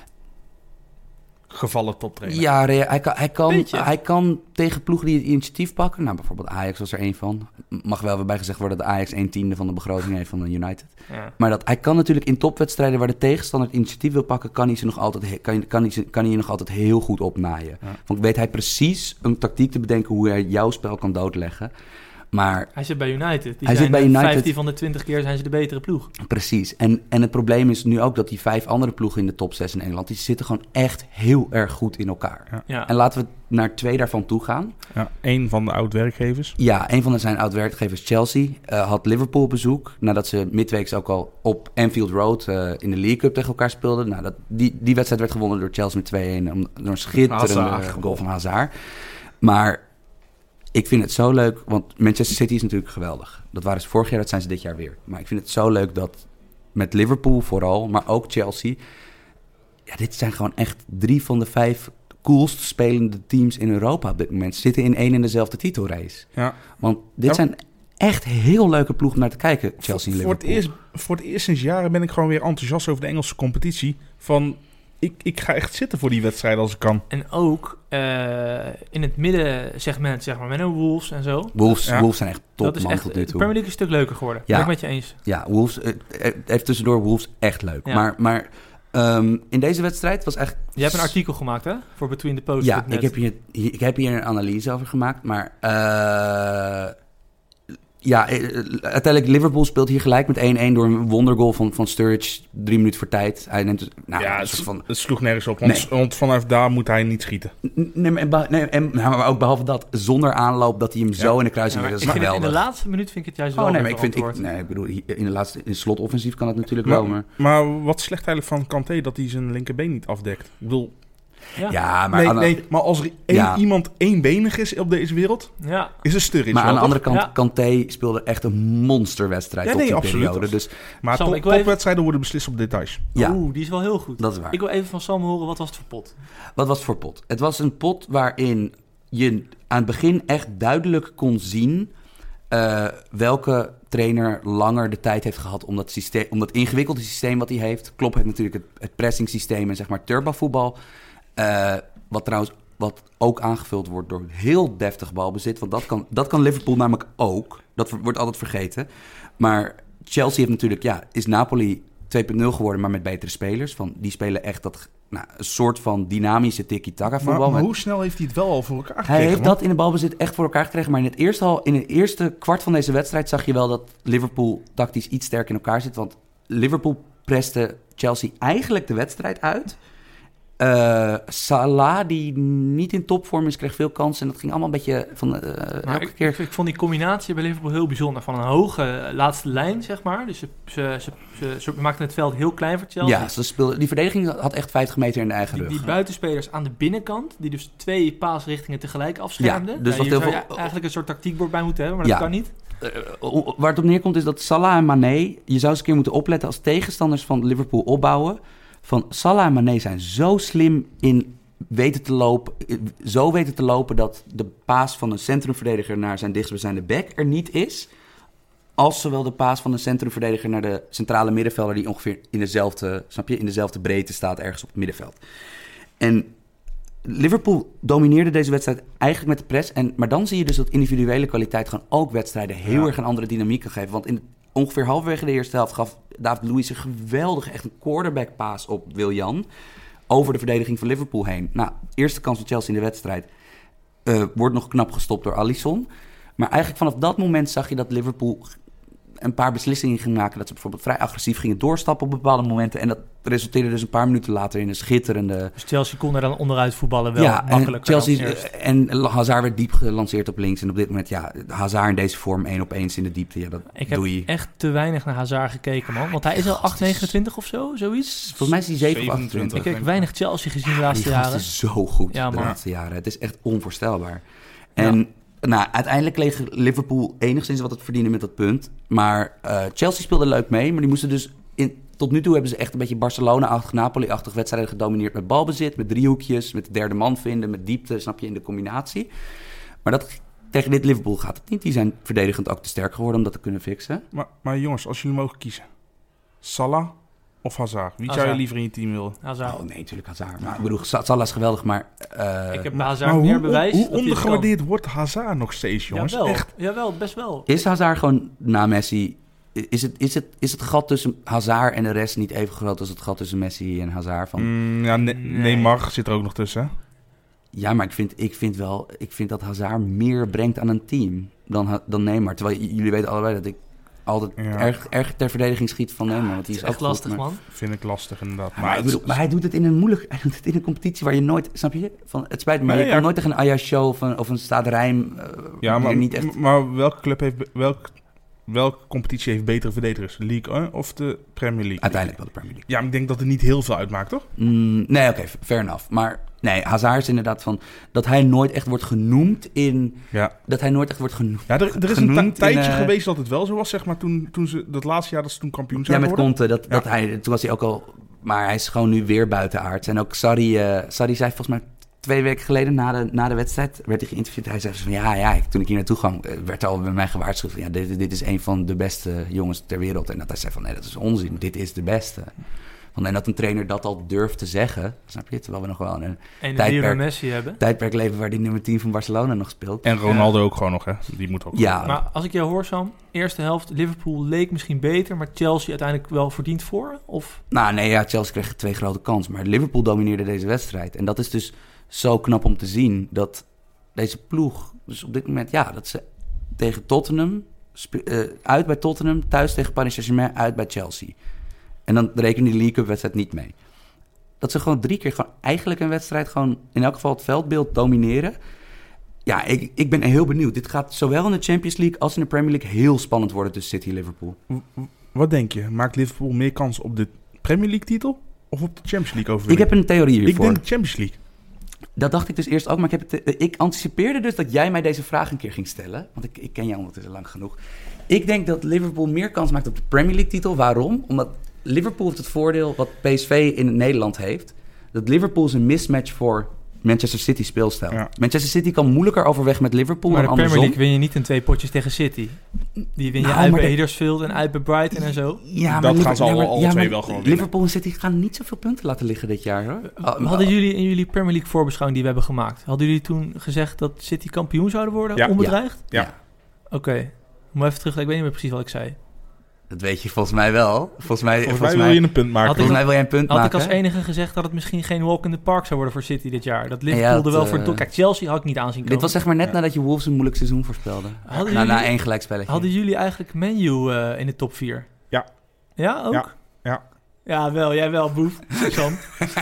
Gevallen toptrainer. ja, Rea- hij kan, hij, kan, Beetje. hij kan tegen ploegen die het initiatief pakken. Nou, bijvoorbeeld Ajax was er één van. Mag wel weer bij gezegd worden dat Ajax een tiende van de begroting heeft van de United. Ja. Maar dat, hij kan natuurlijk in topwedstrijden waar de tegenstander het initiatief wil pakken, kan hij, ze nog altijd, he- kan, je- kan, hij, ze- kan hij je nog altijd heel goed opnaaien. Ja. Want weet hij precies een tactiek te bedenken hoe hij jouw spel kan doodleggen. Maar Hij zit bij United. Die Hij zijn zit bij eh, United. vijftien van de twintig keer zijn ze de betere ploeg. precies. En, en het probleem is nu ook dat die vijf andere ploegen in de top zes in Engeland, die zitten gewoon echt heel erg goed in elkaar. Ja. Ja. En laten we naar twee daarvan toe gaan. Ja, een van de oud-werkgevers. Ja, een van de zijn oud-werkgevers, Chelsea, uh, had Liverpool op bezoek. Nadat ze midweeks ook al op Anfield Road uh, in de League Cup tegen elkaar speelden. Nou, dat, die, die wedstrijd werd gewonnen door Chelsea met twee-een. Om, door een schitterende Hazard. goal van Hazard. Maar ik vind het zo leuk, want Manchester City is natuurlijk geweldig. Dat waren ze vorig jaar, dat zijn ze dit jaar weer. Maar ik vind het zo leuk dat met Liverpool vooral, maar ook Chelsea. Ja, dit zijn gewoon echt drie van de vijf coolst spelende teams in Europa op dit moment. Ze zitten in één en dezelfde titelrace. Ja. Want dit Ja. zijn echt heel leuke ploegen om naar te kijken, Chelsea en voor, voor, het Liverpool. eerst, voor het eerst sinds jaren ben ik gewoon weer enthousiast over de Engelse competitie. Van, ik, ik ga echt zitten voor die wedstrijden als ik kan. En ook uh, in het middensegment, zeg maar, met een Wolves en zo. Wolves, Ja. Wolves zijn echt top, Dat is man, echt, tot de nu toe. Premier League is een stuk leuker geworden. Ja. Ben ik met je eens. Ja, Wolves, eh, eh, even tussendoor, Wolves echt leuk. Ja. Maar, maar um, in deze wedstrijd was echt... Je hebt een artikel gemaakt, hè? Voor Between the Posts. Ja, ik heb, hier, ik heb hier een analyse over gemaakt, maar... Uh, ja, uiteindelijk Liverpool speelt hier gelijk met één-één door een wondergoal van, van Sturridge. Drie minuten voor tijd. Hij neemt het, nou, ja, een het, soort van... het sloeg nergens op, want, Nee. want vanaf daar moet hij niet schieten. Nee, maar, en, beha- nee, en, nou, maar ook behalve dat, zonder aanloop, dat hij hem zo in de kruising Ja, weer... Dat ik is vind het in geweldig. de laatste minuut vind ik het juist Oh wel nee, weer maar ik vind... Ik, verantwoord. nee, ik bedoel, hier- in de laatste in slotoffensief kan het natuurlijk wel, maar... Maar, maar wat slecht eigenlijk van Kanté dat hij zijn linkerbeen niet afdekt. Ik bedoel, Ja. Ja, maar, nee, aan, de- nee, maar als er één, Ja. iemand éénbenig is op deze wereld, Ja. is het Sturridge maar wel, aan de andere toch? kant, Ja. Kanté speelde echt een monsterwedstrijd Ja, op nee, die absoluut. periode. Dus Maar Sam, top, ik wil even- topwedstrijden worden beslist op details. ja, Oeh, die is wel heel goed. dat is waar. Ik wil even van Sam horen, wat was het voor pot? Wat was het voor pot? Het was een pot waarin je aan het begin echt duidelijk kon zien uh, welke trainer langer de tijd heeft gehad om dat, systeem, om dat ingewikkelde systeem wat hij heeft. Klopp heeft natuurlijk het, het pressing systeem en zeg maar turbovoetbal. Uh, wat trouwens wat ook aangevuld wordt door heel deftig balbezit. Want dat kan, dat kan Liverpool namelijk ook. Dat wordt altijd vergeten. Maar Chelsea heeft natuurlijk, ja, is Napoli twee punt nul geworden, maar met betere spelers. Van, die spelen echt dat, nou, een soort van dynamische tiki-taka voetbal. Maar, maar met- hoe snel heeft hij het wel al voor elkaar gekregen? hij heeft man? dat in de balbezit echt voor elkaar gekregen. Maar in het eerste, al, in het eerste kwart van deze wedstrijd zag je wel dat Liverpool tactisch iets sterker in elkaar zit. Want Liverpool preste Chelsea eigenlijk de wedstrijd uit. Uh, Salah, die niet in topvorm is, kreeg veel kansen. En dat ging allemaal een beetje van uh, Maar elke ik, keer... ik, ik vond die combinatie bij Liverpool heel bijzonder. Van een hoge uh, laatste lijn, zeg maar. Dus ze, ze, ze, ze, ze maakten het veld heel klein voor Chelsea. Ja, ze speelden, die verdediging had echt vijftig meter in de eigen Die, rug. die buitenspelers aan de binnenkant, die dus twee paasrichtingen tegelijk afschermden. Ja, dus Ja, wat hier heel zou je veel- eigenlijk een soort tactiekbord bij moeten hebben, maar dat Ja. kan niet. Uh, waar het op neerkomt is dat Salah en Mané... Je zou eens een keer moeten opletten als tegenstanders van Liverpool opbouwen. Van Salah en Mané zijn zo slim in weten te lopen... Zo weten te lopen dat de paas van een centrumverdediger naar zijn dichtstbijzijnde back er niet is. Als zowel de paas van een centrumverdediger naar de centrale middenvelder... die ongeveer in dezelfde, snap je, in dezelfde breedte staat ergens op het middenveld. En Liverpool domineerde deze wedstrijd eigenlijk met de press. En, maar dan zie je dus dat individuele kwaliteit gewoon ook wedstrijden heel Ja. erg een andere dynamiek kan geven. Want in ongeveer halverwege de eerste helft gaf David Luiz een geweldige, echt een quarterback paas op Willian over de verdediging van Liverpool heen. Nou, eerste kans van Chelsea in de wedstrijd uh, wordt nog knap gestopt door Alisson. Maar eigenlijk vanaf dat moment zag je dat Liverpool een paar beslissingen ging maken. Dat ze bijvoorbeeld vrij agressief gingen doorstappen op bepaalde momenten. En dat resulteerde dus een paar minuten later in een schitterende... Dus Chelsea kon er dan onderuit voetballen wel ja, makkelijker. En, Chelsea, en Hazard werd diep gelanceerd op links. En op dit moment, ja, Hazard in deze vorm één op één in de diepte. Ja, dat ik heb doe je. echt te weinig naar Hazard gekeken, man. Want hij is al acht negenentwintig of zo, zoiets. Volgens mij is hij zeven of achtentwintig. Ik heb weinig Chelsea gezien de laatste die jaren. Die is zo goed ja, de man. laatste jaren. Het is echt onvoorstelbaar. En... Ja. Nou, uiteindelijk kreeg Liverpool enigszins wat het verdiende met dat punt. Maar uh, Chelsea speelde leuk mee. Maar die moesten dus... In, tot nu toe hebben ze echt een beetje Barcelona-achtig, Napoli-achtig wedstrijden gedomineerd met balbezit, met driehoekjes, met de derde man vinden, met diepte, snap je, in de combinatie. Maar dat, tegen dit Liverpool gaat het niet. Die zijn verdedigend ook te sterk geworden om dat te kunnen fixen. Maar, maar jongens, als jullie mogen kiezen. Salah of Hazard? Wie Hazard. zou je liever in je team willen? Hazard. Oh nee, natuurlijk Hazard. Maar, ik bedoel, Salah is geweldig, maar... Uh, ik heb Hazard maar meer hoe, bewijs. Hoe, hoe ondergewaardeerd wordt Hazard nog steeds, jongens? Jawel, echt. jawel, best wel. Is Hazard gewoon na Messi... Is het, is, het, is het gat tussen Hazard en de rest niet even groot als het gat tussen Messi en Hazard? Van... Mm, ja, ne- Nee. Neymar zit er ook nog tussen. Ja, maar ik vind, ik vind wel... Ik vind dat Hazard meer brengt aan een team dan, dan Neymar. Terwijl j- jullie weten allebei dat ik altijd Ja. erg, erg ter verdediging schiet van Neymar. Want die is Het is echt ook goed, lastig, maar... man. Vind ik lastig, inderdaad. Ja, maar, ik bedoel, het- maar hij doet het in een moeilijk... Hij doet het in een competitie waar je nooit... Snap je? Van, het spijt me, maar Nee, je ja. kan nooit tegen een Ajax Show of een, of een Stade Rijm... Uh, ja, maar, niet echt... maar welke club heeft... Welk, welke competitie heeft betere verdedigers? League één of de Premier League? Uiteindelijk wel de Premier League. Ja, maar ik denk dat het niet heel veel uitmaakt, toch? Mm, nee, oké, okay, fair enough. Maar nee, Hazard is inderdaad van... Dat hij nooit echt wordt genoemd in... Ja. Dat hij nooit echt wordt genoemd. Ja, er, er is een Genoemd ta- tijdje in, uh, geweest dat het wel zo was, zeg maar, toen, toen ze... Dat laatste jaar dat ze toen kampioen zijn Ja, met geworden. Conte. Dat, Ja. dat hij, toen was hij ook al... Maar hij is gewoon nu weer buitenaards. En ook Sarri... Uh, Sarri zei volgens mij twee weken geleden na de, na de wedstrijd... werd hij geïnterviewd. Hij zei van ja, ja, toen ik hier naartoe kwam... werd er al bij mij gewaarschuwd van... ja, dit, dit is een van de beste jongens ter wereld. En dat hij zei van nee, dat is onzin. Dit is de beste. Want en dat een trainer dat al durft te zeggen... Snap je? Terwijl we nog wel een En de tijdperk, Lionel Messi hebben. tijdperk leven... waar die nummer tien van Barcelona nog speelt. En Ronaldo ook gewoon nog, hè? Die moet ook. Ja. Maar als ik jou hoor, Sam, eerste helft, Liverpool leek misschien beter, maar Chelsea uiteindelijk wel verdiend voor? Of? Nou nee, ja, Chelsea kreeg twee grote kansen. Maar Liverpool domineerde deze wedstrijd. En dat is dus zo knap om te zien... dat deze ploeg... dus op dit moment, ja, dat ze tegen Tottenham... Spe- uh, uit bij Tottenham, thuis tegen Paris Saint-Germain... uit bij Chelsea. En dan reken je die League Cup wedstrijd niet mee. Dat ze gewoon drie keer gewoon eigenlijk een wedstrijd... gewoon in elk geval het veldbeeld domineren. Ja, ik, ik ben heel benieuwd. Dit gaat zowel in de Champions League als in de Premier League... heel spannend worden tussen City en Liverpool. W- w- Wat denk je? Maakt Liverpool meer kans op de Premier League titel? Of op de Champions League overwinning? Ik heb een theorie hiervoor. Ik denk de Champions League. Dat dacht ik dus eerst ook, maar ik, heb het, ik anticipeerde dus dat jij mij deze vraag een keer ging stellen. Want ik, ik ken jou ondertussen lang genoeg. Ik denk dat Liverpool meer kans maakt op de Premier League titel. Waarom? Omdat Liverpool heeft het voordeel wat P S V in Nederland heeft. Dat Liverpool is een mismatch voor Manchester City speelstijl. Ja. Manchester City kan moeilijker overweg met Liverpool Maar dan de Premier andersom. League win je niet in twee potjes tegen City. Die win je Nou, uit maar bij de- Huddersfield en uit bij Brighton en zo. Ja, Dat Liver- gaan ze al- maar- alle ja, twee maar wel gewoon winnen. Liverpool en City gaan niet zoveel punten laten liggen dit jaar, hoor. Oh, Hadden jullie in jullie Premier League voorbeschouwing die we hebben gemaakt... hadden jullie toen gezegd dat City kampioen zouden worden? Ja. Onbedreigd? Ja. Oké. Moet even terug. Ik weet niet meer precies wat ik zei. Dat weet je volgens mij wel. Volgens mij, Volgens volgens mij wil mij, je een punt maken. Had ik volgens mij wil jij een punt Had maken. ik als enige gezegd dat het misschien geen walk in the park zou worden voor City dit jaar. Dat Liverpool Ja, het, er wel voor... eh, do- Kijk, Chelsea had ik niet aanzien komen. Dit was zeg maar net Ja. nadat je Wolves een moeilijk seizoen voorspelde. Hadden Na, na jullie- één gelijkspelletje. Hadden jullie eigenlijk Man U eh, in de top vier? Ja. Ja, ook? Ja, ja. Ja, wel. Jij wel, boef. Sam.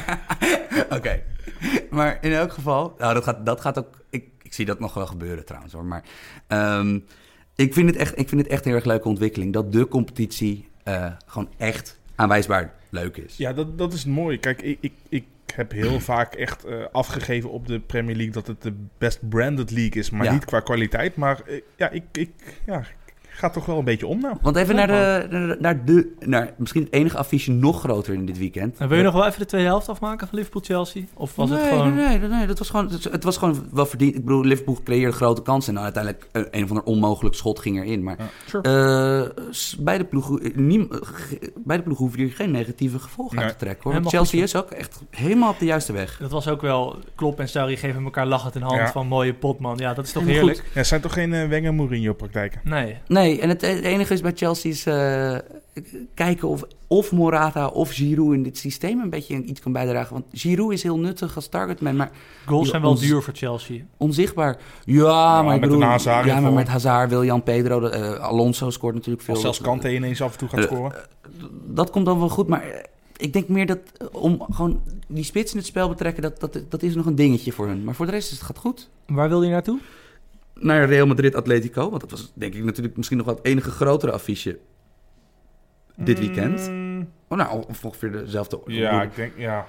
Oké. Maar in elk geval... Nou, dat gaat, dat gaat ook... Ik, ik zie dat nog wel gebeuren trouwens, hoor. Maar um, ik, vind het echt, ik vind het echt een heel erg leuke ontwikkeling. Dat de competitie uh, gewoon echt aanwijsbaar leuk is. Ja, dat, dat is mooi. Kijk, ik, ik, ik heb heel vaak echt uh, afgegeven op de Premier League... dat het de best branded league is, maar Ja. niet qua kwaliteit. Maar uh, ja, ik, ik ja, gaat toch wel een beetje om nou. Want even Ja, naar, de, naar, naar de... Naar misschien het enige affiche nog groter in dit weekend. En wil je nog wel even de tweede helft afmaken van Liverpool-Chelsea? Of was nee, het gewoon... nee, nee, nee, dat was gewoon, het, het was gewoon wel verdiend. Ik bedoel, Liverpool creëerde grote kansen... en dan uiteindelijk uh, een of ander onmogelijk schot ging erin. Maar Ja. Sure. uh, s- beide ploegen niem, ge- beide ploegen hoeven hier geen negatieve gevolgen Nee. uit te trekken. Hoor. Want Helemaal Chelsea is ook echt helemaal op de juiste weg. Dat was ook wel... Klopp en Sarri geven elkaar lachend in hand Ja. van mooie potman. Ja, dat is toch Helemaal heerlijk? Ja, het zijn toch geen uh, Wenger-Mourinho-praktijken? Nee. Nee, en het, het enige is bij Chelsea is... Uh, kijken of, of Morata of Giroud in dit systeem een beetje iets kan bijdragen. Want Giroud is heel nuttig als targetman, maar... Goals zijn wel ons, duur voor Chelsea. Onzichtbaar. Ja, ja maar ik met bedoel... Hazard ja, maar met Hazard, Willian Pedro, de, uh, Alonso scoort natuurlijk veel. Of zelfs Kante ineens af en toe gaat scoren. Uh, uh, dat komt dan wel goed, maar... Uh, ik denk meer dat uh, om gewoon die spits in het spel betrekken, dat, dat, dat is nog een dingetje voor hun. Maar voor de rest is het gaat goed. Waar wil je naartoe? Naar Real Madrid Atletico. Want dat was denk ik natuurlijk misschien nog wel het enige grotere affiche dit weekend. Mm. Oh, nou, of ongeveer dezelfde. Ja, ik denk, ja.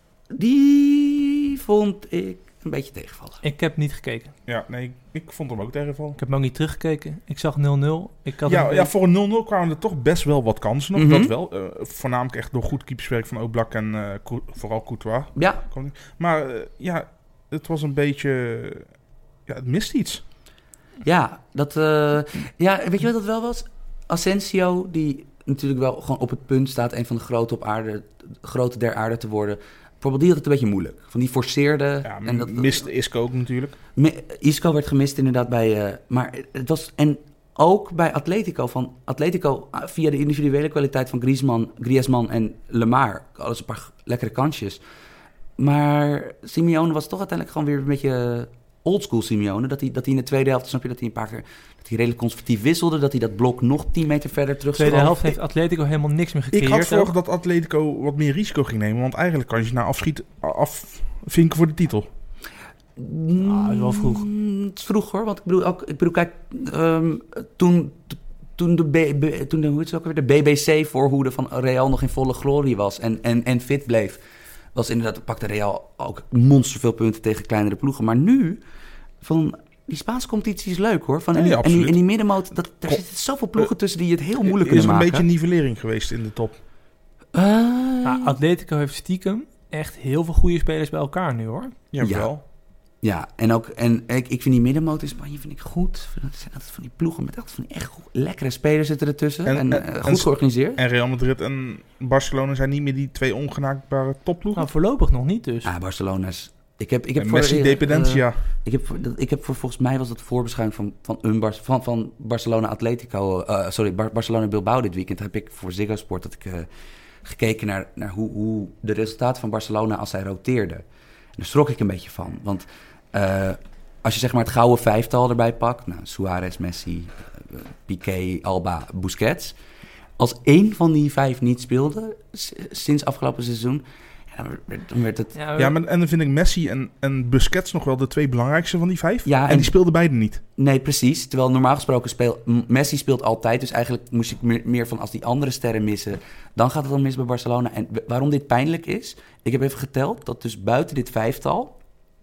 Die vond ik een beetje tegenvallen. Ik heb niet gekeken. Ja, nee, ik vond hem ook tegenvallen. Ik heb hem ook niet teruggekeken. Ik zag nul nul. Ik had Ja, een... ja, voor een nul nul kwamen er toch best wel wat kansen nog. Mm-hmm. Dat wel. Uh, voornamelijk echt door goed keeperswerk van Oblak en uh, Co- vooral Courtois. Ja. Maar uh, ja, het was een beetje... Ja, het mist iets. Ja, dat, uh, ja, weet je wat dat wel was? Asensio, die natuurlijk wel gewoon op het punt staat... een van de grote, op aarde, grote der aarde te worden... Bijvoorbeeld, die had het een beetje moeilijk. Van die forceerde... Ja, en dat miste Isco ook natuurlijk. Me, Isco werd gemist inderdaad bij... Uh, maar het was... En ook bij Atletico. Van Atletico via de individuele kwaliteit van Griezmann, Griezmann en Lemar. Alles een paar lekkere kansjes. Maar Simeone was toch uiteindelijk gewoon weer een beetje... oldschool Simeone, dat hij, dat hij in de tweede helft, snap je, dat hij een paar keer dat hij redelijk conservatief wisselde, dat hij dat blok nog tien meter verder terug De tweede helft heeft Atletico helemaal niks meer gecreëerd. Ik had verwacht ook. dat Atletico wat meer risico ging nemen, want eigenlijk kan je ze nou afschieten, afvinken voor de titel. Ah, dat is wel vroeg. Het is vroeg hoor, want ik bedoel, ook, ik bedoel kijk, um, toen, toen, de B, B, toen de, hoe heet het ook weer, de B B C-voorhoede van Real nog in volle glorie was en, en, en fit bleef, was inderdaad, pakte Real ook monsterveel punten tegen kleinere ploegen. Maar nu, van die Spaanse competitie is leuk hoor. Van, en, Nee, die, en, die, en die middenmoot, dat, daar Kom. zitten zoveel ploegen tussen die het heel moeilijk Is er kunnen een maken. beetje nivellering geweest in de top? Uh, Nou, Atletico heeft stiekem echt heel veel goede spelers bij elkaar nu hoor. Ja, Ja. wel. Ja, en ook en ik, ik vind die middenmoot in Spanje vind ik goed. Dat zijn altijd van die ploegen met echt van die echt goed, lekkere spelers zitten ertussen. En, En- en, en- uh, en- goed georganiseerd. En Real Madrid en Barcelona zijn niet meer die twee ongenaakbare topploegen. Nou, voorlopig nog niet dus. Ah, Barcelona's. Ik heb, ik heb En voor, Messi uh, dependentia. uh, ik, heb, voor- dat- ik heb voor, volgens mij was dat voorbeschouwing van, van, een Bar, van, van Barcelona Atletico, uh, sorry, Bar, Barcelona Bilbao dit weekend. Heb ik voor Ziggo Sport dat ik uh, gekeken naar, naar hoe, hoe de resultaten van Barcelona als zij roteerden. En daar schrok ik een beetje van. Want uh, als je zeg maar het gouden vijftal erbij pakt, nou, Suarez, Messi, uh, Piqué, Alba, Busquets. Als één van die vijf niet speelde s- sinds afgelopen seizoen, ja, dan werd- dan werd het... Ja, Ja, maar, en dan vind ik Messi en, en Busquets nog wel de twee belangrijkste van die vijf. Ja, en, en- die speelden beide niet. Nee, precies. Terwijl normaal gesproken speelt... M- Messi speelt altijd. Dus eigenlijk moest ik meer, meer van als die andere sterren missen, dan gaat het dan mis bij Barcelona. En w- waarom dit pijnlijk is, ik heb even geteld dat dus buiten dit vijftal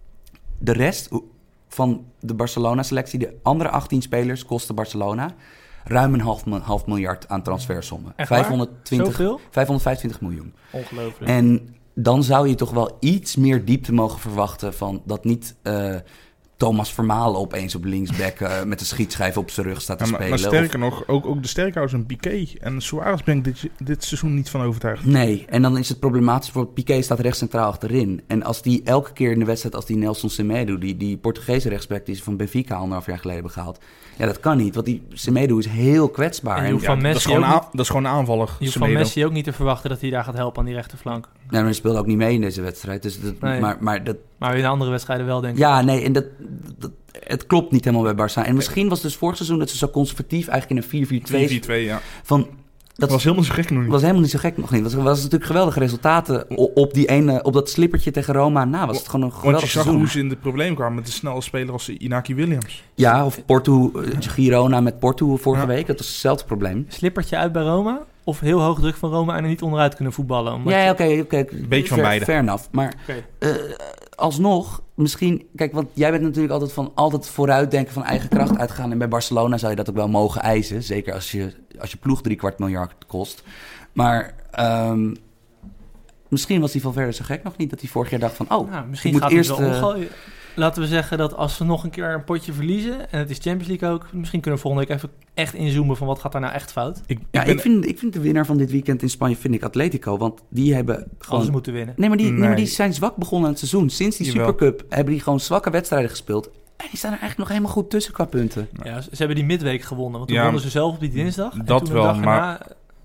de rest van de Barcelona-selectie, de andere achttien spelers, kosten Barcelona ruim een half, mi- half miljard aan transfersommen. Echt waar? vijfhonderdtwintig, Zoveel? vijfhonderdvijfentwintig miljoen. Ongelooflijk. En dan zou je toch wel iets meer diepte mogen verwachten van dat niet uh, Thomas Vermaelen opeens op linksback uh, met een schietschijf op zijn rug staat te Ja, maar, spelen. maar sterker nog, ook, ook de sterkhouders en Piqué en Suarez ben ik dit, dit seizoen niet van overtuigd. Nee, en dan is het problematisch voor Piqué staat recht centraal achterin. En als die elke keer in de wedstrijd, als die Nelson Semedo, die, die Portugese rechtsback die ze van Benfica anderhalf jaar geleden hebben gehaald. Ja, dat kan niet, want die Semedo is heel kwetsbaar. En je En, hoeft ja, van dat, is Messi gewoon ook aan, dat is gewoon aanvallig. Je hoeft van Semedo. Messi ook niet te verwachten dat hij daar gaat helpen aan die rechterflank. nou, maar hij speelde ook niet mee in deze wedstrijd. Dus dat, Nee. maar, maar dat, Maar in de andere wedstrijden wel, denk ik. ja, nee, en dat, dat, het klopt niet helemaal bij Barça. En misschien was het dus vorig seizoen dat ze zo conservatief eigenlijk in een vier vier twee... vier vier twee, ja. van Dat was helemaal zo gek nog niet. was helemaal niet zo gek nog niet. Het was, was natuurlijk geweldige resultaten o- op, die ene, op dat slippertje tegen Roma. Nou, was het gewoon een Want geweldig je zag seizoen. hoe ze in de probleem kwamen met een snelle speler als Inaki Williams. Ja, of Porto, eh, Girona met Porto vorige Ja. week. Dat was hetzelfde probleem. Slippertje uit bij Roma? Of heel hoog druk van Roma en er niet onderuit kunnen voetballen? Omdat Ja, je- oké. oké. Een beetje van Fair- beide. Fair enough. Maar Oké. eh, alsnog, misschien... Kijk, want jij bent natuurlijk altijd van altijd vooruitdenken van eigen kracht uitgaan. En bij Barcelona zou je dat ook wel mogen eisen. Zeker als je, als je ploeg drie kwart miljard kost. Maar ehm, misschien was die Valverde zo gek nog niet dat hij vorig jaar dacht van... Oh, Nou, misschien ik moet gaat eerst... het wel eh, omgooien. Laten we zeggen dat als we nog een keer een potje verliezen, en het is Champions League ook, misschien kunnen we volgende week even echt inzoomen van wat gaat daar nou echt fout. Ik, ja, ik ben, ik vind, ik vind de winnaar van dit weekend in Spanje vind ik Atletico. Want die hebben Gewoon gewoon... ze moeten winnen. Nee maar, die, nee, maar Nee. die zijn zwak begonnen aan het seizoen. Sinds die Jawel. Supercup hebben die gewoon zwakke wedstrijden gespeeld. En die staan er eigenlijk nog helemaal goed tussen qua punten. Ja, ze ze hebben die midweek gewonnen, want toen Ja, wonnen ze zelf op die dinsdag. en dat toen de wel, dag maar- erna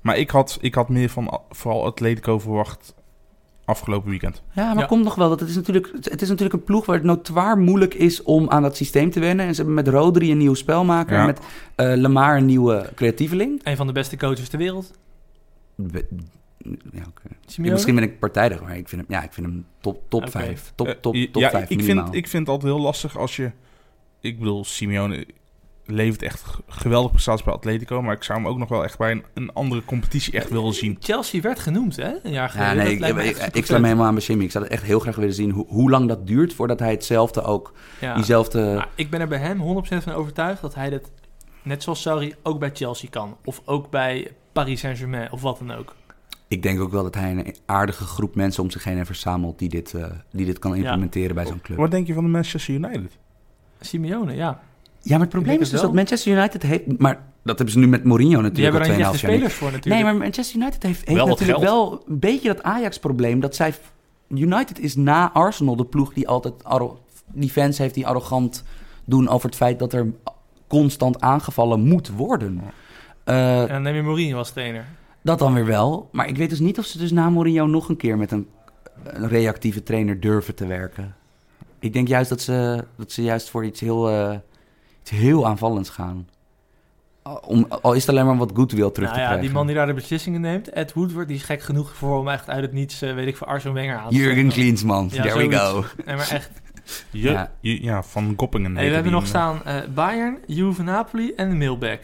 Maar ik had, ik had meer van vooral Atletico verwacht afgelopen weekend. Ja, maar Ja. komt nog wel. Dat het, is natuurlijk, het is natuurlijk een ploeg waar het notoir moeilijk is om aan dat systeem te wennen. En ze hebben met Rodri een nieuwe spelmaker. Ja. En met uh, Lemar een nieuwe creatieveling. Een van de beste coaches ter wereld. Be- Ja, okay. Simeone? Misschien ben ik partijdig, maar ik vind hem, ja, ik vind hem top, top Oké. vijf. Top, Eh, top, top ja, vijf ik minimaal. vind, ik vind het altijd heel lastig als je... Ik bedoel, Simeone levert echt g- geweldig prestaties bij Atletico. Maar ik zou hem ook nog wel echt bij een, een andere competitie echt willen zien. Chelsea werd genoemd, hè? Een jaar geleden. Ja, nee, Dat ik, lijkt me ik, echt ik, super ik sla me vet. helemaal aan bij Jimmy. Ik zou het echt heel graag willen zien hoe, hoe lang dat duurt voordat hij hetzelfde ook, Ja. diezelfde... Maar ik ben er bij hem honderd procent van overtuigd dat hij dat, net zoals Sarri, ook bij Chelsea kan. Of ook bij Paris Saint-Germain, of wat dan ook. Ik denk ook wel dat hij een aardige groep mensen om zich heen heeft verzameld die dit, uh, die dit kan implementeren bij zo'n club. Wat denk je van de Manchester United? Simeone, ja. Ja, maar het probleem denk is dus het dat wel. Manchester United heeft... Maar dat hebben ze nu met Mourinho Die natuurlijk hebben al er niet echt de tweeënhalf jaar niet. spelers voor natuurlijk. Nee, maar Manchester United heeft, heeft Wel wat natuurlijk geld. wel een beetje dat Ajax-probleem. Dat zij... United is na Arsenal de ploeg die altijd arro- die fans heeft die arrogant doen over het feit dat er constant aangevallen moet worden. Uh, En dan neem je Mourinho als trainer. Dat dan weer wel. Maar ik weet dus niet of ze dus na Mourinho nog een keer met een, een reactieve trainer durven te werken. Ik denk juist dat ze, dat ze juist voor iets heel, uh, iets heel aanvallends gaan. Om, al is het alleen maar wat goodwill terug Nou te ja, krijgen. die man die daar de beslissingen neemt, Ed Woodward, die is gek genoeg voor om echt uit het niets, uh, weet ik, voor Arsene Wenger aan te Jurgen zetten. Klinsmann, Ja, there we zoiets. go. Nee, maar echt. Ja, Ja. ja. ja van Goppingen. Hey, we heette hebben die. nog staan uh, Bayern, Juve Napoli en de Mailback.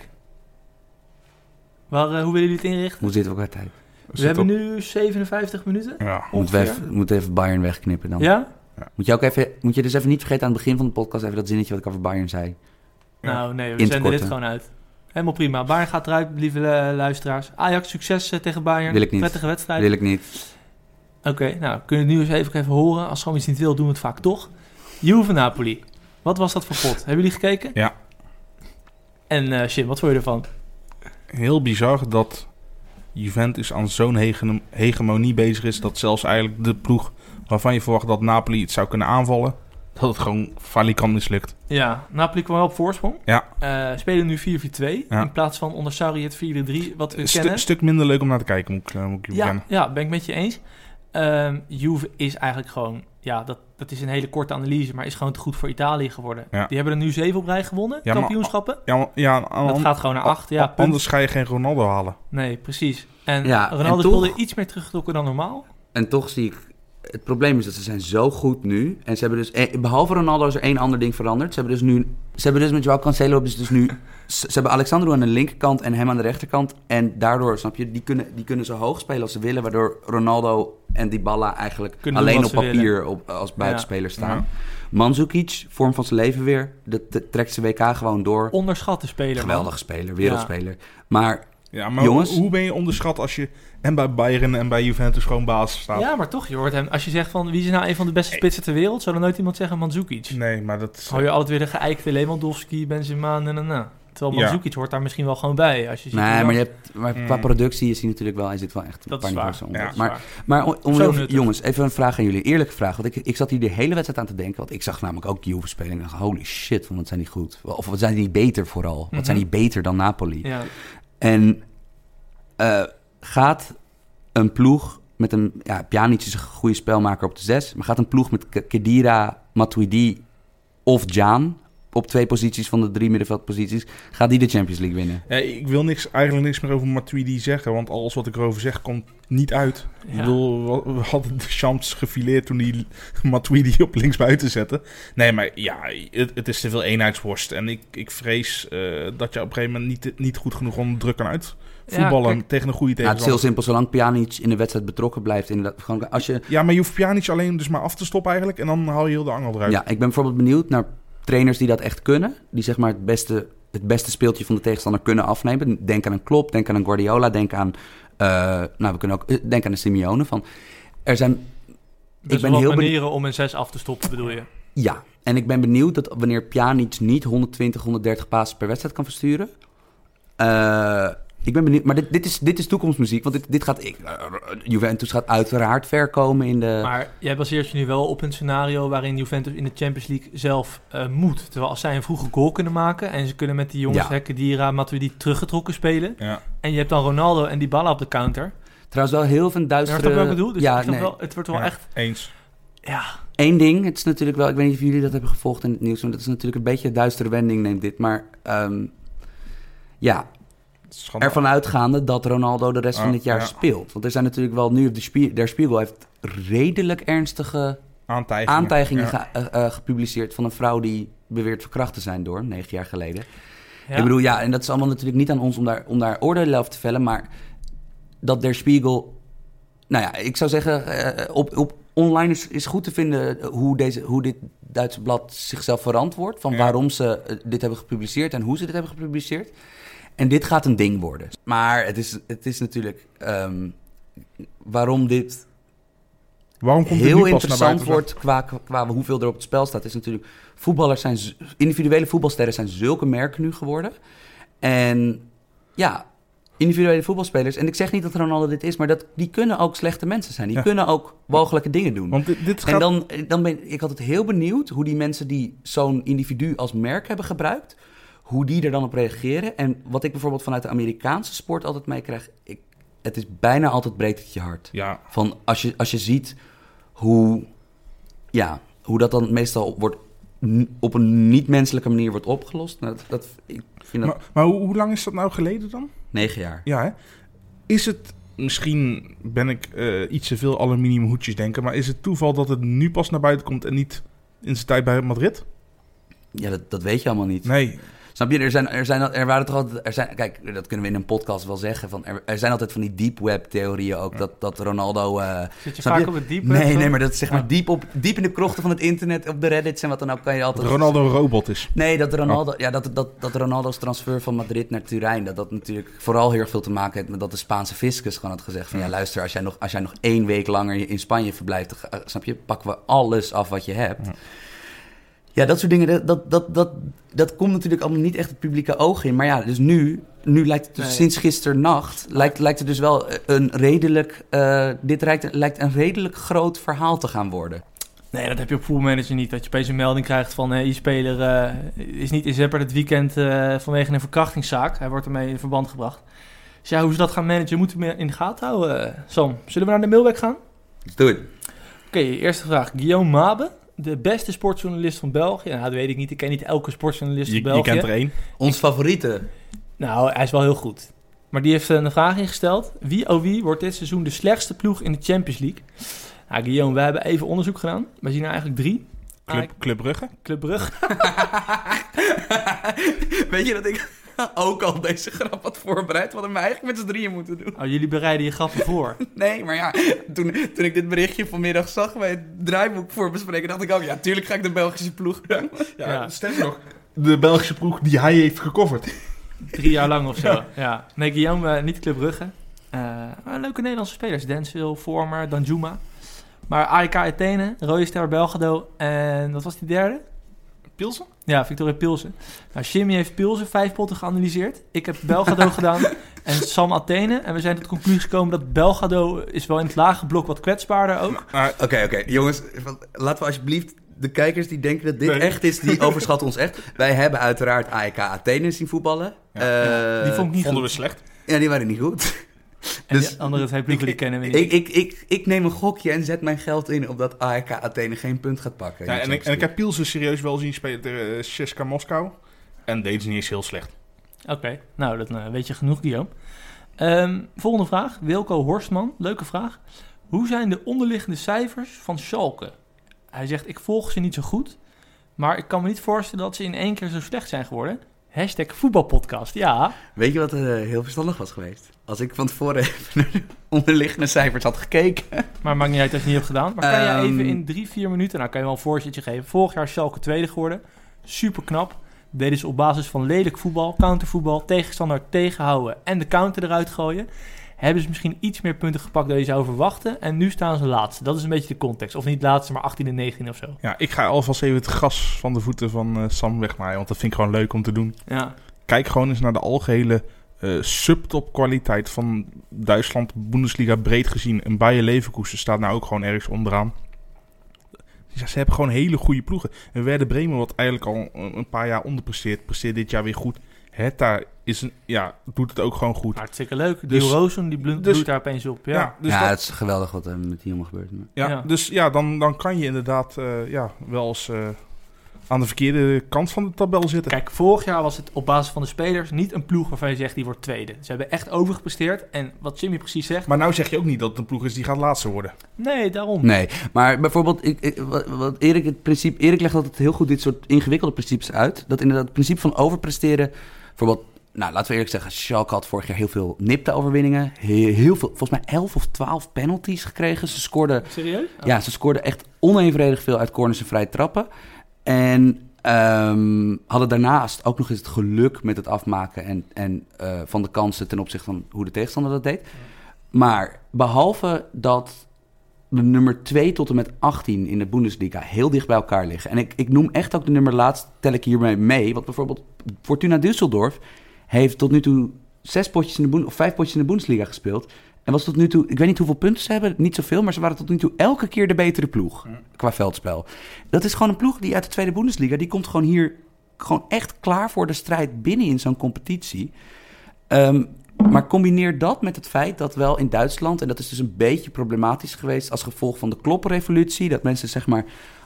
Waar, uh, hoe willen jullie het inrichten? Hoe zitten we qua tijd? We Zit hebben op- nu zevenenvijftig minuten. Ja. Moeten we Ongeveer. even, moeten we even Bayern wegknippen dan? Ja? Moet je, ook even, moet je dus even niet vergeten aan het begin van de podcast even dat zinnetje wat ik over Bayern zei. Ja. Nou nee, we In te zenden dit korten. gewoon uit. Helemaal prima. Bayern gaat eruit, lieve uh, luisteraars. Ajax, succes uh, tegen Bayern. Wil ik niet. Prettige wedstrijd. Wil ik niet. Oké, okay, nou, kunnen we het nu eens even, even horen. Als Sam iets niet wil, doen we het vaak toch. Juve Napoli. Wat was dat voor pot? Hebben jullie gekeken? Ja. En uh, Jim, wat vond je ervan? Heel bizar dat Juventus aan zo'n hege- hegemonie bezig is... dat zelfs eigenlijk de ploeg waarvan je verwacht dat Napoli het zou kunnen aanvallen... dat het gewoon falikant mislukt. Ja, Napoli kwam wel op voorsprong. Ja. Uh, spelen nu vier vier twee. Ja. In plaats van onder Sarri het vier drie wat we Een kennen. stu- stuk minder leuk om naar te kijken, moet ik, uh, moet ik je Ja, bekennen. ja, ben ik met je eens. Um, Juve is eigenlijk gewoon... Ja, dat, dat is een hele korte analyse, maar is gewoon te goed voor Italië geworden. Ja. Die hebben er nu zeven op rij gewonnen, Ja, maar- kampioenschappen. Ja, maar- ja aan, Dat aan- gaat gewoon naar acht. Ja, a- punt. anders ga je geen Ronaldo halen. Nee, precies. En Ja, Ronaldo en toch- speelde iets meer teruggetrokken dan normaal. En toch zie ik... Het probleem is dat ze zijn zo goed nu. En ze hebben dus... eh, Behalve Ronaldo is er één ander ding veranderd. Ze hebben dus nu... Ze hebben dus met Joao Cancelo hebben ze dus nu... Ze hebben Alexandro aan de linkerkant en hem aan de rechterkant. En daardoor, snap je, die kunnen, die kunnen zo hoog spelen als ze willen. Waardoor Ronaldo en Dybala eigenlijk Kunnen doen alleen wat op ze papier op, als buitenspeler staan. Ja. Mandzukic, vorm van zijn leven weer. Dat, dat trekt zijn W K gewoon door. Onderschatte speler. man. Geweldige speler, wereldspeler. Maar Ja, maar Jongens. hoe ben je onderschat als je en bij Bayern en bij Juventus gewoon basis staat? Ja, maar toch, je hoort hem. Als je zegt van wie is nou een van de beste spitsen ter wereld, zou dan nooit iemand zeggen Mandzukic. Nee, maar dat is... Hou je altijd weer de geëikte Lewandowski, Benzema, na na na. Terwijl Ja. Mandzukic hoort daar misschien wel gewoon bij. Als je ziet hoe nee, dat- maar, je hebt, maar qua Mm. productie is hij natuurlijk wel... Hij zit wel echt een Dat paar is waar. niveaus onder. Ja, Dat is maar waar. Maar om, om Zo heel- nuttig. jongens, even een vraag aan jullie. Eerlijke vraag. Want ik, ik zat hier de hele wedstrijd aan te denken. Want ik zag namelijk ook Juve spelen. En ik dacht, holy shit, wat zijn die goed. Of wat zijn die beter vooral. Wat zijn die beter dan Napoli. Ja. En uh, gaat een ploeg met een... Ja, Pjanic is een goede spelmaker op de zes. Maar gaat een ploeg met K- Khedira, Matuidi of Can... op twee posities van de drie middenveldposities... gaat die de Champions League winnen? Ja, ik wil niks, eigenlijk niks meer over Matuidi zeggen, want alles wat ik erover zeg komt niet uit. Ik Ja. bedoel, we, we hadden de chance gefileerd toen die Matuidi op linksbuiten zette. Nee, maar ja, het, het is te veel eenheidsworst. En ik, ik vrees uh, dat je op een gegeven moment niet, niet goed genoeg onder druk kan uitvoetballen Ja, kijk, tegen een goede Nou, het is heel tegenstander. simpel. Zolang Pjanic in de wedstrijd betrokken blijft... Inderdaad, gewoon, als je, Ja, maar je hoeft Pjanic alleen dus maar af te stoppen eigenlijk en dan haal je heel de angel eruit. ja, ik ben bijvoorbeeld benieuwd naar trainers die dat echt kunnen. Die zeg maar het beste, het beste speeltje van de tegenstander kunnen afnemen. Denk aan een Klopp, denk aan een Guardiola, denk aan... Uh, nou, we kunnen ook... Uh, denk aan een Simeone. Van, er zijn... Dus ik ben wat heel benieuwd... manieren om een zes af te stoppen, bedoel je? Ja, en ik ben benieuwd dat wanneer Pjanic niet honderdtwintig, honderddertig passes per wedstrijd kan versturen... Uh, Ik ben benieuwd, maar dit, dit, is, dit is toekomstmuziek. Want dit, dit gaat... Ik, uh, Juventus gaat uiteraard ver komen in de... Maar jij baseert je nu wel op een scenario waarin Juventus in de Champions League zelf uh, moet. Terwijl als zij een vroege goal kunnen maken en ze kunnen met die jongens, Ja. Kedira, Matuidi teruggetrokken spelen. Ja. En je hebt dan Ronaldo en Dybala op de counter. Trouwens wel heel veel Ja, duistere... snap je wat ik bedoel? Dus ja, ik snap nee. wel, het wordt wel Ja, echt... Eens. Ja, Eén ding, het is natuurlijk wel... Ik weet niet of jullie dat hebben gevolgd in het nieuws. Want dat is natuurlijk een beetje een duistere wending, neemt dit. Maar um, ja... Schandaal. Ervan uitgaande dat Ronaldo de rest Ah, van dit jaar ja. speelt. Want er zijn natuurlijk wel nu op de Spie- Der Spiegel heeft redelijk ernstige Aantijgingen. aantijgingen Ja. ge- uh, uh, gepubliceerd van een vrouw die beweert verkracht te zijn door hem, negen jaar geleden. ja. Ik bedoel, ja, en dat is allemaal natuurlijk niet aan ons om daar, om daar oordelen over te vellen, maar dat Der Spiegel, nou ja, ik zou zeggen, uh, op, op online is, is goed te vinden hoe, deze, hoe dit Duitse blad zichzelf verantwoordt, van Ja. waarom ze uh, dit hebben gepubliceerd en hoe ze dit hebben gepubliceerd. En dit gaat een ding worden. Maar het is, het is natuurlijk um, waarom dit Waarom komt dit heel nu pas naar interessant buiten? wordt qua, qua hoeveel er op het spel staat. Is natuurlijk, voetballers zijn, z- individuele voetbalsterren zijn zulke merken nu geworden. En ja, individuele voetbalspelers. En ik zeg niet dat Ronaldo dit is, maar dat, die kunnen ook slechte mensen zijn. Die Ja. kunnen ook walgelijke dingen doen. Want dit, dit gaat... En dan, dan ben ik altijd heel benieuwd hoe die mensen die zo'n individu als merk hebben gebruikt, hoe die er dan op reageren. En wat ik bijvoorbeeld vanuit de Amerikaanse sport altijd meekrijg, ik, het is bijna altijd breekt het je hart. Ja, Van als je, als je ziet hoe, ja, hoe dat dan meestal wordt, n- op een niet-menselijke manier wordt opgelost. Nou, dat, dat, ik vind dat maar, maar hoe, hoe lang is dat nou geleden dan? negen jaar. Ja, hè? Is het, misschien ben ik uh, iets te veel aluminium hoedjes denken, maar is het toeval dat het nu pas naar buiten komt en niet in zijn tijd bij Madrid? Ja, dat, dat weet je allemaal niet. Nee. Snap je? Er zijn, er zijn, er waren toch altijd, er zijn, kijk, dat kunnen we in een podcast wel zeggen. Van, er, er zijn altijd van die deep web theorieën ook, dat, dat Ronaldo... Uh, Zit je snap vaak je? op het diep? Nee, nee, maar dat is zeg maar Ja. diep, op, diep in de krochten van het internet, op de Reddits en wat dan ook, kan je altijd... Dat Ronaldo een robot is. Nee, dat, Ronaldo, ja, dat, dat, dat Ronaldo's transfer van Madrid naar Turijn, dat dat natuurlijk vooral heel erg veel te maken heeft met dat de Spaanse fiscus gewoon had gezegd van ja, luister, als jij nog, als jij nog één week langer in Spanje verblijft, dan, uh, snap je, pakken we alles af wat je hebt. Ja. Ja, dat soort dingen, dat, dat, dat, dat, dat komt natuurlijk allemaal niet echt het publieke oog in. Maar ja, dus nu, nu lijkt het dus Nee. sinds gisternacht, lijkt, lijkt het dus wel een redelijk, uh, dit lijkt, lijkt een redelijk groot verhaal te gaan worden. Nee, dat heb je op voetbalmanager niet. Dat je opeens een melding krijgt van... Hey, je speler uh, is niet in Zepper dit weekend uh, vanwege een verkrachtingszaak. Hij wordt ermee in verband gebracht. Dus ja, hoe ze dat gaan managen, moeten we in de gaten houden. Uh, Sam, zullen we naar de mailback gaan? Dus doe het. Oké, okay, eerste vraag. Guillaume Mabe, de beste sportjournalist van België. Nou, dat weet ik niet. Ik ken niet elke sportjournalist Je, van België. je kent er één. Ons favoriete. Nou, hij is wel heel goed. Maar die heeft een vraag ingesteld. Wie, oh wie, wordt dit seizoen de slechtste ploeg in de Champions League? Nou, Guillaume, wij hebben even onderzoek gedaan. We zien er eigenlijk drie. Club, Club Brugge. Club Brugge. Weet je dat ik ook al deze grap had voorbereid? Wat we eigenlijk met z'n drieën moeten doen. Oh, jullie bereiden je grappen voor. Nee, maar ja, toen, toen ik dit berichtje vanmiddag zag bij het draaiboek voor bespreken, dacht ik ook, ja, tuurlijk ga ik de Belgische ploeg doen. Ja, Ja. sterker nog, de Belgische ploeg die hij heeft gecoverd. Drie jaar lang of zo. Ja. Ja. Nee, Guillaume, uh, niet Club Brugge. Uh, leuke Nederlandse spelers. Denswil, Vormer, Danjuma. Maar A E K Athene, Rode Ster Belgrado en wat was die derde? Pilsen? Ja, Victoria Pilsen. Nou, Jimmy heeft Pilsen vijf potten geanalyseerd. Ik heb Belgrado gedaan en Sam Athene. En we zijn tot de conclusie gekomen dat Belgrado is wel in het lage blok wat kwetsbaarder ook. Oké, oké, okay, jongens, laten we alsjeblieft de kijkers die denken dat dit Nee. echt is, die overschatten ons echt. Wij hebben uiteraard A E K Athene zien voetballen. Ja. Uh, Die vond ik niet Vonden goed. we slecht. Ja, die waren niet goed. En Dus- die andere twee ploegen die kennen we niet. Ik, ik, ik, ik neem een gokje en zet mijn geld in op dat A E K Athene geen punt gaat pakken. in Ja, de en, ik, en ik Champions heb Pilsen serieus wel zien spelen tegen uh, C S K A Moskou. En deden ze niet eens heel slecht. Oké, okay. Nou, dat uh, weet je genoeg, Guillaume. Um, volgende vraag. Wilco Horstman, leuke vraag. Hoe zijn de onderliggende cijfers van Schalke? Hij zegt, ik volg ze niet zo goed, maar ik kan me niet voorstellen dat ze in één keer zo slecht zijn geworden. Hashtag voetbalpodcast, ja. Weet je wat uh, heel verstandig was geweest? Als ik van tevoren even naar de onderliggende cijfers had gekeken. Maar maakt niet uit als je het niet hebt gedaan. Maar kan Um, jij even in drie, vier minuten, nou kan je wel een voorzetje geven. Vorig jaar is Schalke tweede geworden. Super knap. Deden ze op basis van lelijk voetbal, countervoetbal, tegenstander tegenhouden en de counter eruit gooien. Hebben ze misschien iets meer punten gepakt dan je zou verwachten. En nu staan ze laatste. Dat is een beetje de context. Of niet laatste, maar achttien en negentien of zo. Ja, ik ga alvast even het gras van de voeten van uh, Sam wegmaaien. Want dat vind ik gewoon leuk om te doen. Ja. Kijk gewoon eens naar de algehele uh, subtop kwaliteit van Duitsland, Bundesliga breed gezien. En Bayer Leverkusen staat nou ook gewoon ergens onderaan. Ja, ze hebben gewoon hele goede ploegen. En Werder Bremen, wat eigenlijk al een paar jaar onderpresteert, presteert dit jaar weer goed. Hertha is een, ja, doet het ook gewoon goed. Hartstikke leuk. Die Dus- Rozen, die bloedt dus- daar opeens op. Ja. Ja, dus ja, dat- het is geweldig wat er met die jongen gebeurt. Maar- Ja, Ja. dus ja, dan, dan kan je inderdaad uh, ja, wel eens uh, aan de verkeerde kant van de tabel zitten. Kijk, vorig jaar was het op basis van de spelers niet een ploeg waarvan je zegt die wordt tweede. Ze hebben echt overgepresteerd. En wat Jimmy precies zegt... Maar nou zeg je ook niet dat het een ploeg is die gaat laatste worden. Nee, daarom. Nee, maar bijvoorbeeld, ik, ik, wat, wat Erik, het principe, Erik legt altijd heel goed dit soort ingewikkelde principes uit. Dat inderdaad het principe van overpresteren, bijvoorbeeld, nou laten we eerlijk zeggen, Schalke had vorig jaar heel veel nipte overwinningen. Heel, heel veel, volgens mij elf of twaalf penalties gekregen. Ze scoorden, Serieus? Oh. ja, ze scoorden echt onevenredig veel uit corners en vrije trappen. En um, hadden daarnaast ook nog eens het geluk met het afmaken en, en uh, van de kansen ten opzichte van hoe de tegenstander dat deed. Maar behalve dat de nummer twee tot en met achttien in de Bundesliga heel dicht bij elkaar liggen. En ik, ik noem echt ook de nummer laatst, tel ik hiermee mee. Want bijvoorbeeld Fortuna Düsseldorf heeft tot nu toe zes potjes in de Bund- of vijf potjes in de Bundesliga gespeeld. En was tot nu toe, ik weet niet hoeveel punten ze hebben, niet zoveel, maar ze waren tot nu toe elke keer de betere ploeg Ja. qua veldspel. Dat is gewoon een ploeg die uit de tweede Bundesliga, die komt gewoon hier gewoon echt klaar voor de strijd binnen in zo'n competitie. Um, maar combineer dat met het feit dat wel in Duitsland, en dat is dus een beetje problematisch geweest als gevolg van de Klopp-revolutie, dat mensen zeg maar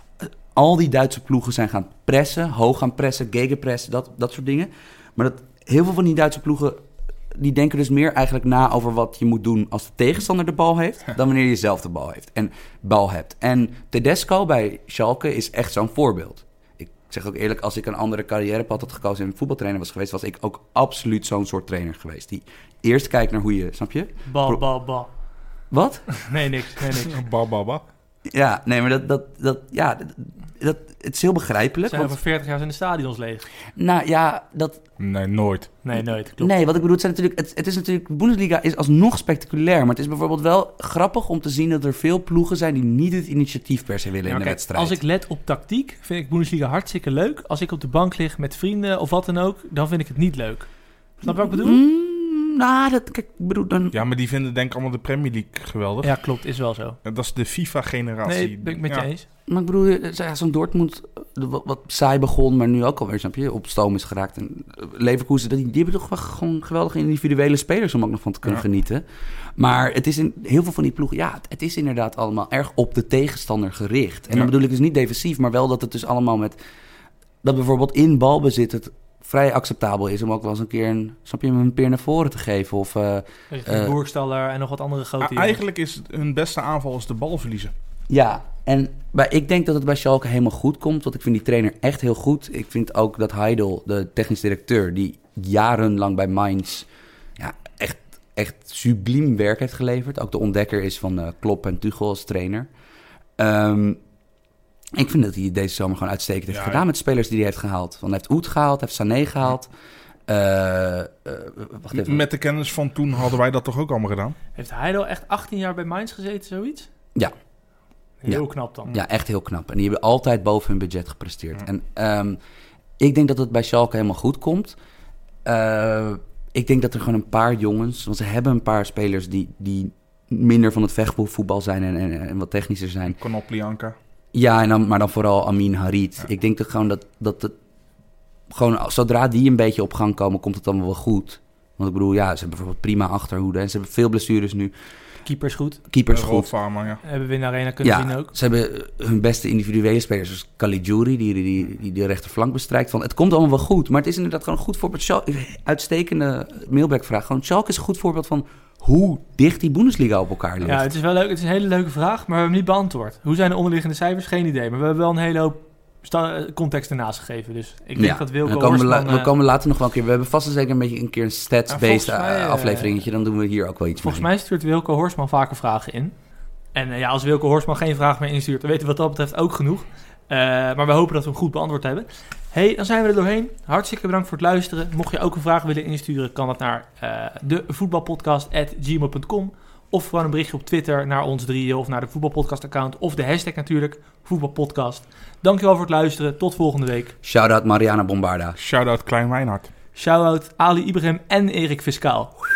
al die Duitse ploegen zijn gaan pressen, hoog gaan pressen, gegenpressen, dat, dat soort dingen. Maar dat heel veel van die Duitse ploegen, die denken dus meer eigenlijk na over wat je moet doen als de tegenstander de bal heeft, dan wanneer je zelf de bal heeft en bal hebt. En Tedesco bij Schalke is echt zo'n voorbeeld. Ik zeg ook eerlijk, als ik een andere carrièrepad had gekozen en voetbaltrainer was geweest, was ik ook absoluut zo'n soort trainer geweest. Die eerst kijkt naar hoe je, snap je? Bal, bal, bal. Wat? Nee, niks. Nee, niks. Ba, ba, ba. Ja, nee, maar dat, dat, dat ja, dat, dat, het is heel begrijpelijk. Zijn Want, over veertig jaar zijn de stadions leeg? nou ja, dat, Nee, nooit. Nee, nooit. Klopt. nee, wat ik bedoel, het, zijn natuurlijk, het, het is natuurlijk, de Bundesliga is alsnog spectaculair, maar het is bijvoorbeeld wel grappig om te zien dat er veel ploegen zijn die niet het initiatief per se willen Ja, in de kijk, wedstrijd. als ik let op tactiek, vind ik Bundesliga hartstikke leuk. Als ik op de bank lig met vrienden of wat dan ook, dan vind ik het niet leuk. Snap je wat ik bedoel? Mm, nou, dat, kijk, ik bedoel, dan... Ja, maar die vinden denk ik allemaal de Premier League geweldig. Ja, klopt. Is wel zo. En dat is de FIFA-generatie. Nee, ben ik met je Ja. eens. Maar ik bedoel, ja, zo'n Dortmund, eh, wat, wat saai begon, maar nu ook alweer, snap je, op stoom is geraakt. En eh, Leverkusen, die, die hebben toch wel gewoon geweldige individuele spelers om ook nog van te kunnen Ja. genieten. Maar het is in heel veel van die ploegen, ja, het, het is inderdaad allemaal erg op de tegenstander gericht. En Ja. dan bedoel ik dus niet defensief, maar wel dat het dus allemaal met, dat bijvoorbeeld in balbezit het vrij acceptabel is om ook wel eens een keer een, snap je, een peer naar voren te geven. Of, uh, Richting Uh, Boerstaller en nog wat andere grote A- jongens. Eigenlijk is het hun beste aanval is de bal verliezen. ja, en bij, ik denk dat het bij Schalke helemaal goed komt, want ik vind die trainer echt heel goed. Ik vind ook dat Heidel, de technisch directeur, die jarenlang bij Mainz ja, echt, echt subliem werk heeft geleverd. Ook de ontdekker is van uh, Klopp en Tuchel als trainer. Um, ik vind dat hij deze zomer gewoon uitstekend heeft Ja, gedaan ja. met de spelers die hij heeft gehaald. Want hij heeft Oet gehaald, hij heeft Sané gehaald. Uh, uh, wacht even. Met de kennis van toen hadden wij dat toch ook allemaal gedaan? Heeft hij al echt achttien jaar bij Mainz gezeten, zoiets? Ja. Heel Ja. knap dan. Ja, echt heel knap. En die hebben altijd boven hun budget gepresteerd. Ja. En um, ik denk dat het bij Schalke helemaal goed komt. Uh, ik denk dat er gewoon een paar jongens, want ze hebben een paar spelers die, die minder van het vechtvoetbal zijn en, en, en wat technischer zijn. Konoplyanka. Ja, en dan, maar dan vooral Amin Harit. Ja. Ik denk dat gewoon dat, dat het gewoon zodra die een beetje op gang komen, komt het allemaal wel goed. Want ik bedoel, ja, ze hebben bijvoorbeeld prima achterhoede en ze hebben veel blessures nu. Keeper is goed. Keepers Uh, goed. Rolf Farmer, ja. Hebben we in de arena kunnen zien Ja, ook. ze hebben hun beste individuele spelers, zoals Caligiuri, die, die, die de rechterflank bestrijkt. Van, het komt allemaal wel goed, maar het is inderdaad gewoon een goed voorbeeld. Schalke, uitstekende mailback-vraag. Gewoon, Schalke is een goed voorbeeld van hoe dicht die Bundesliga op elkaar ligt. Ja, het is wel leuk. Het is een hele leuke vraag, maar we hebben hem niet beantwoord. Hoe zijn de onderliggende cijfers? Geen idee. Maar we hebben wel een hele hoop sta- context ernaast gegeven. Dus ik denk Ja, dat en Wilco dan komen we, la- Horstman... we eh, komen later nog wel een keer. We hebben vast en zeker een beetje een keer een Ja, stats-based volgens mij, uh, eh, afleveringetje. Dan doen we hier ook wel iets Volgens mee. mij stuurt Wilco Horstman vaker vragen in. En uh, ja, als Wilco Horstman geen vraag meer instuurt, dan weten we wat dat betreft ook genoeg. Uh, maar we hopen dat we hem goed beantwoord hebben. Hey, dan zijn we er doorheen. Hartstikke bedankt voor het luisteren. Mocht je ook een vraag willen insturen, kan dat naar uh, de voetbalpodcast at gmail dot com. Of gewoon een berichtje op Twitter naar ons drieën of naar de voetbalpodcast-account. Of de hashtag natuurlijk, voetbalpodcast. Dankjewel voor het luisteren. Tot volgende week. Shout-out Mariana Bombarda. Shout-out Klein Wijnhard. Shout-out Ali Ibrahim en Erik Fiscaal.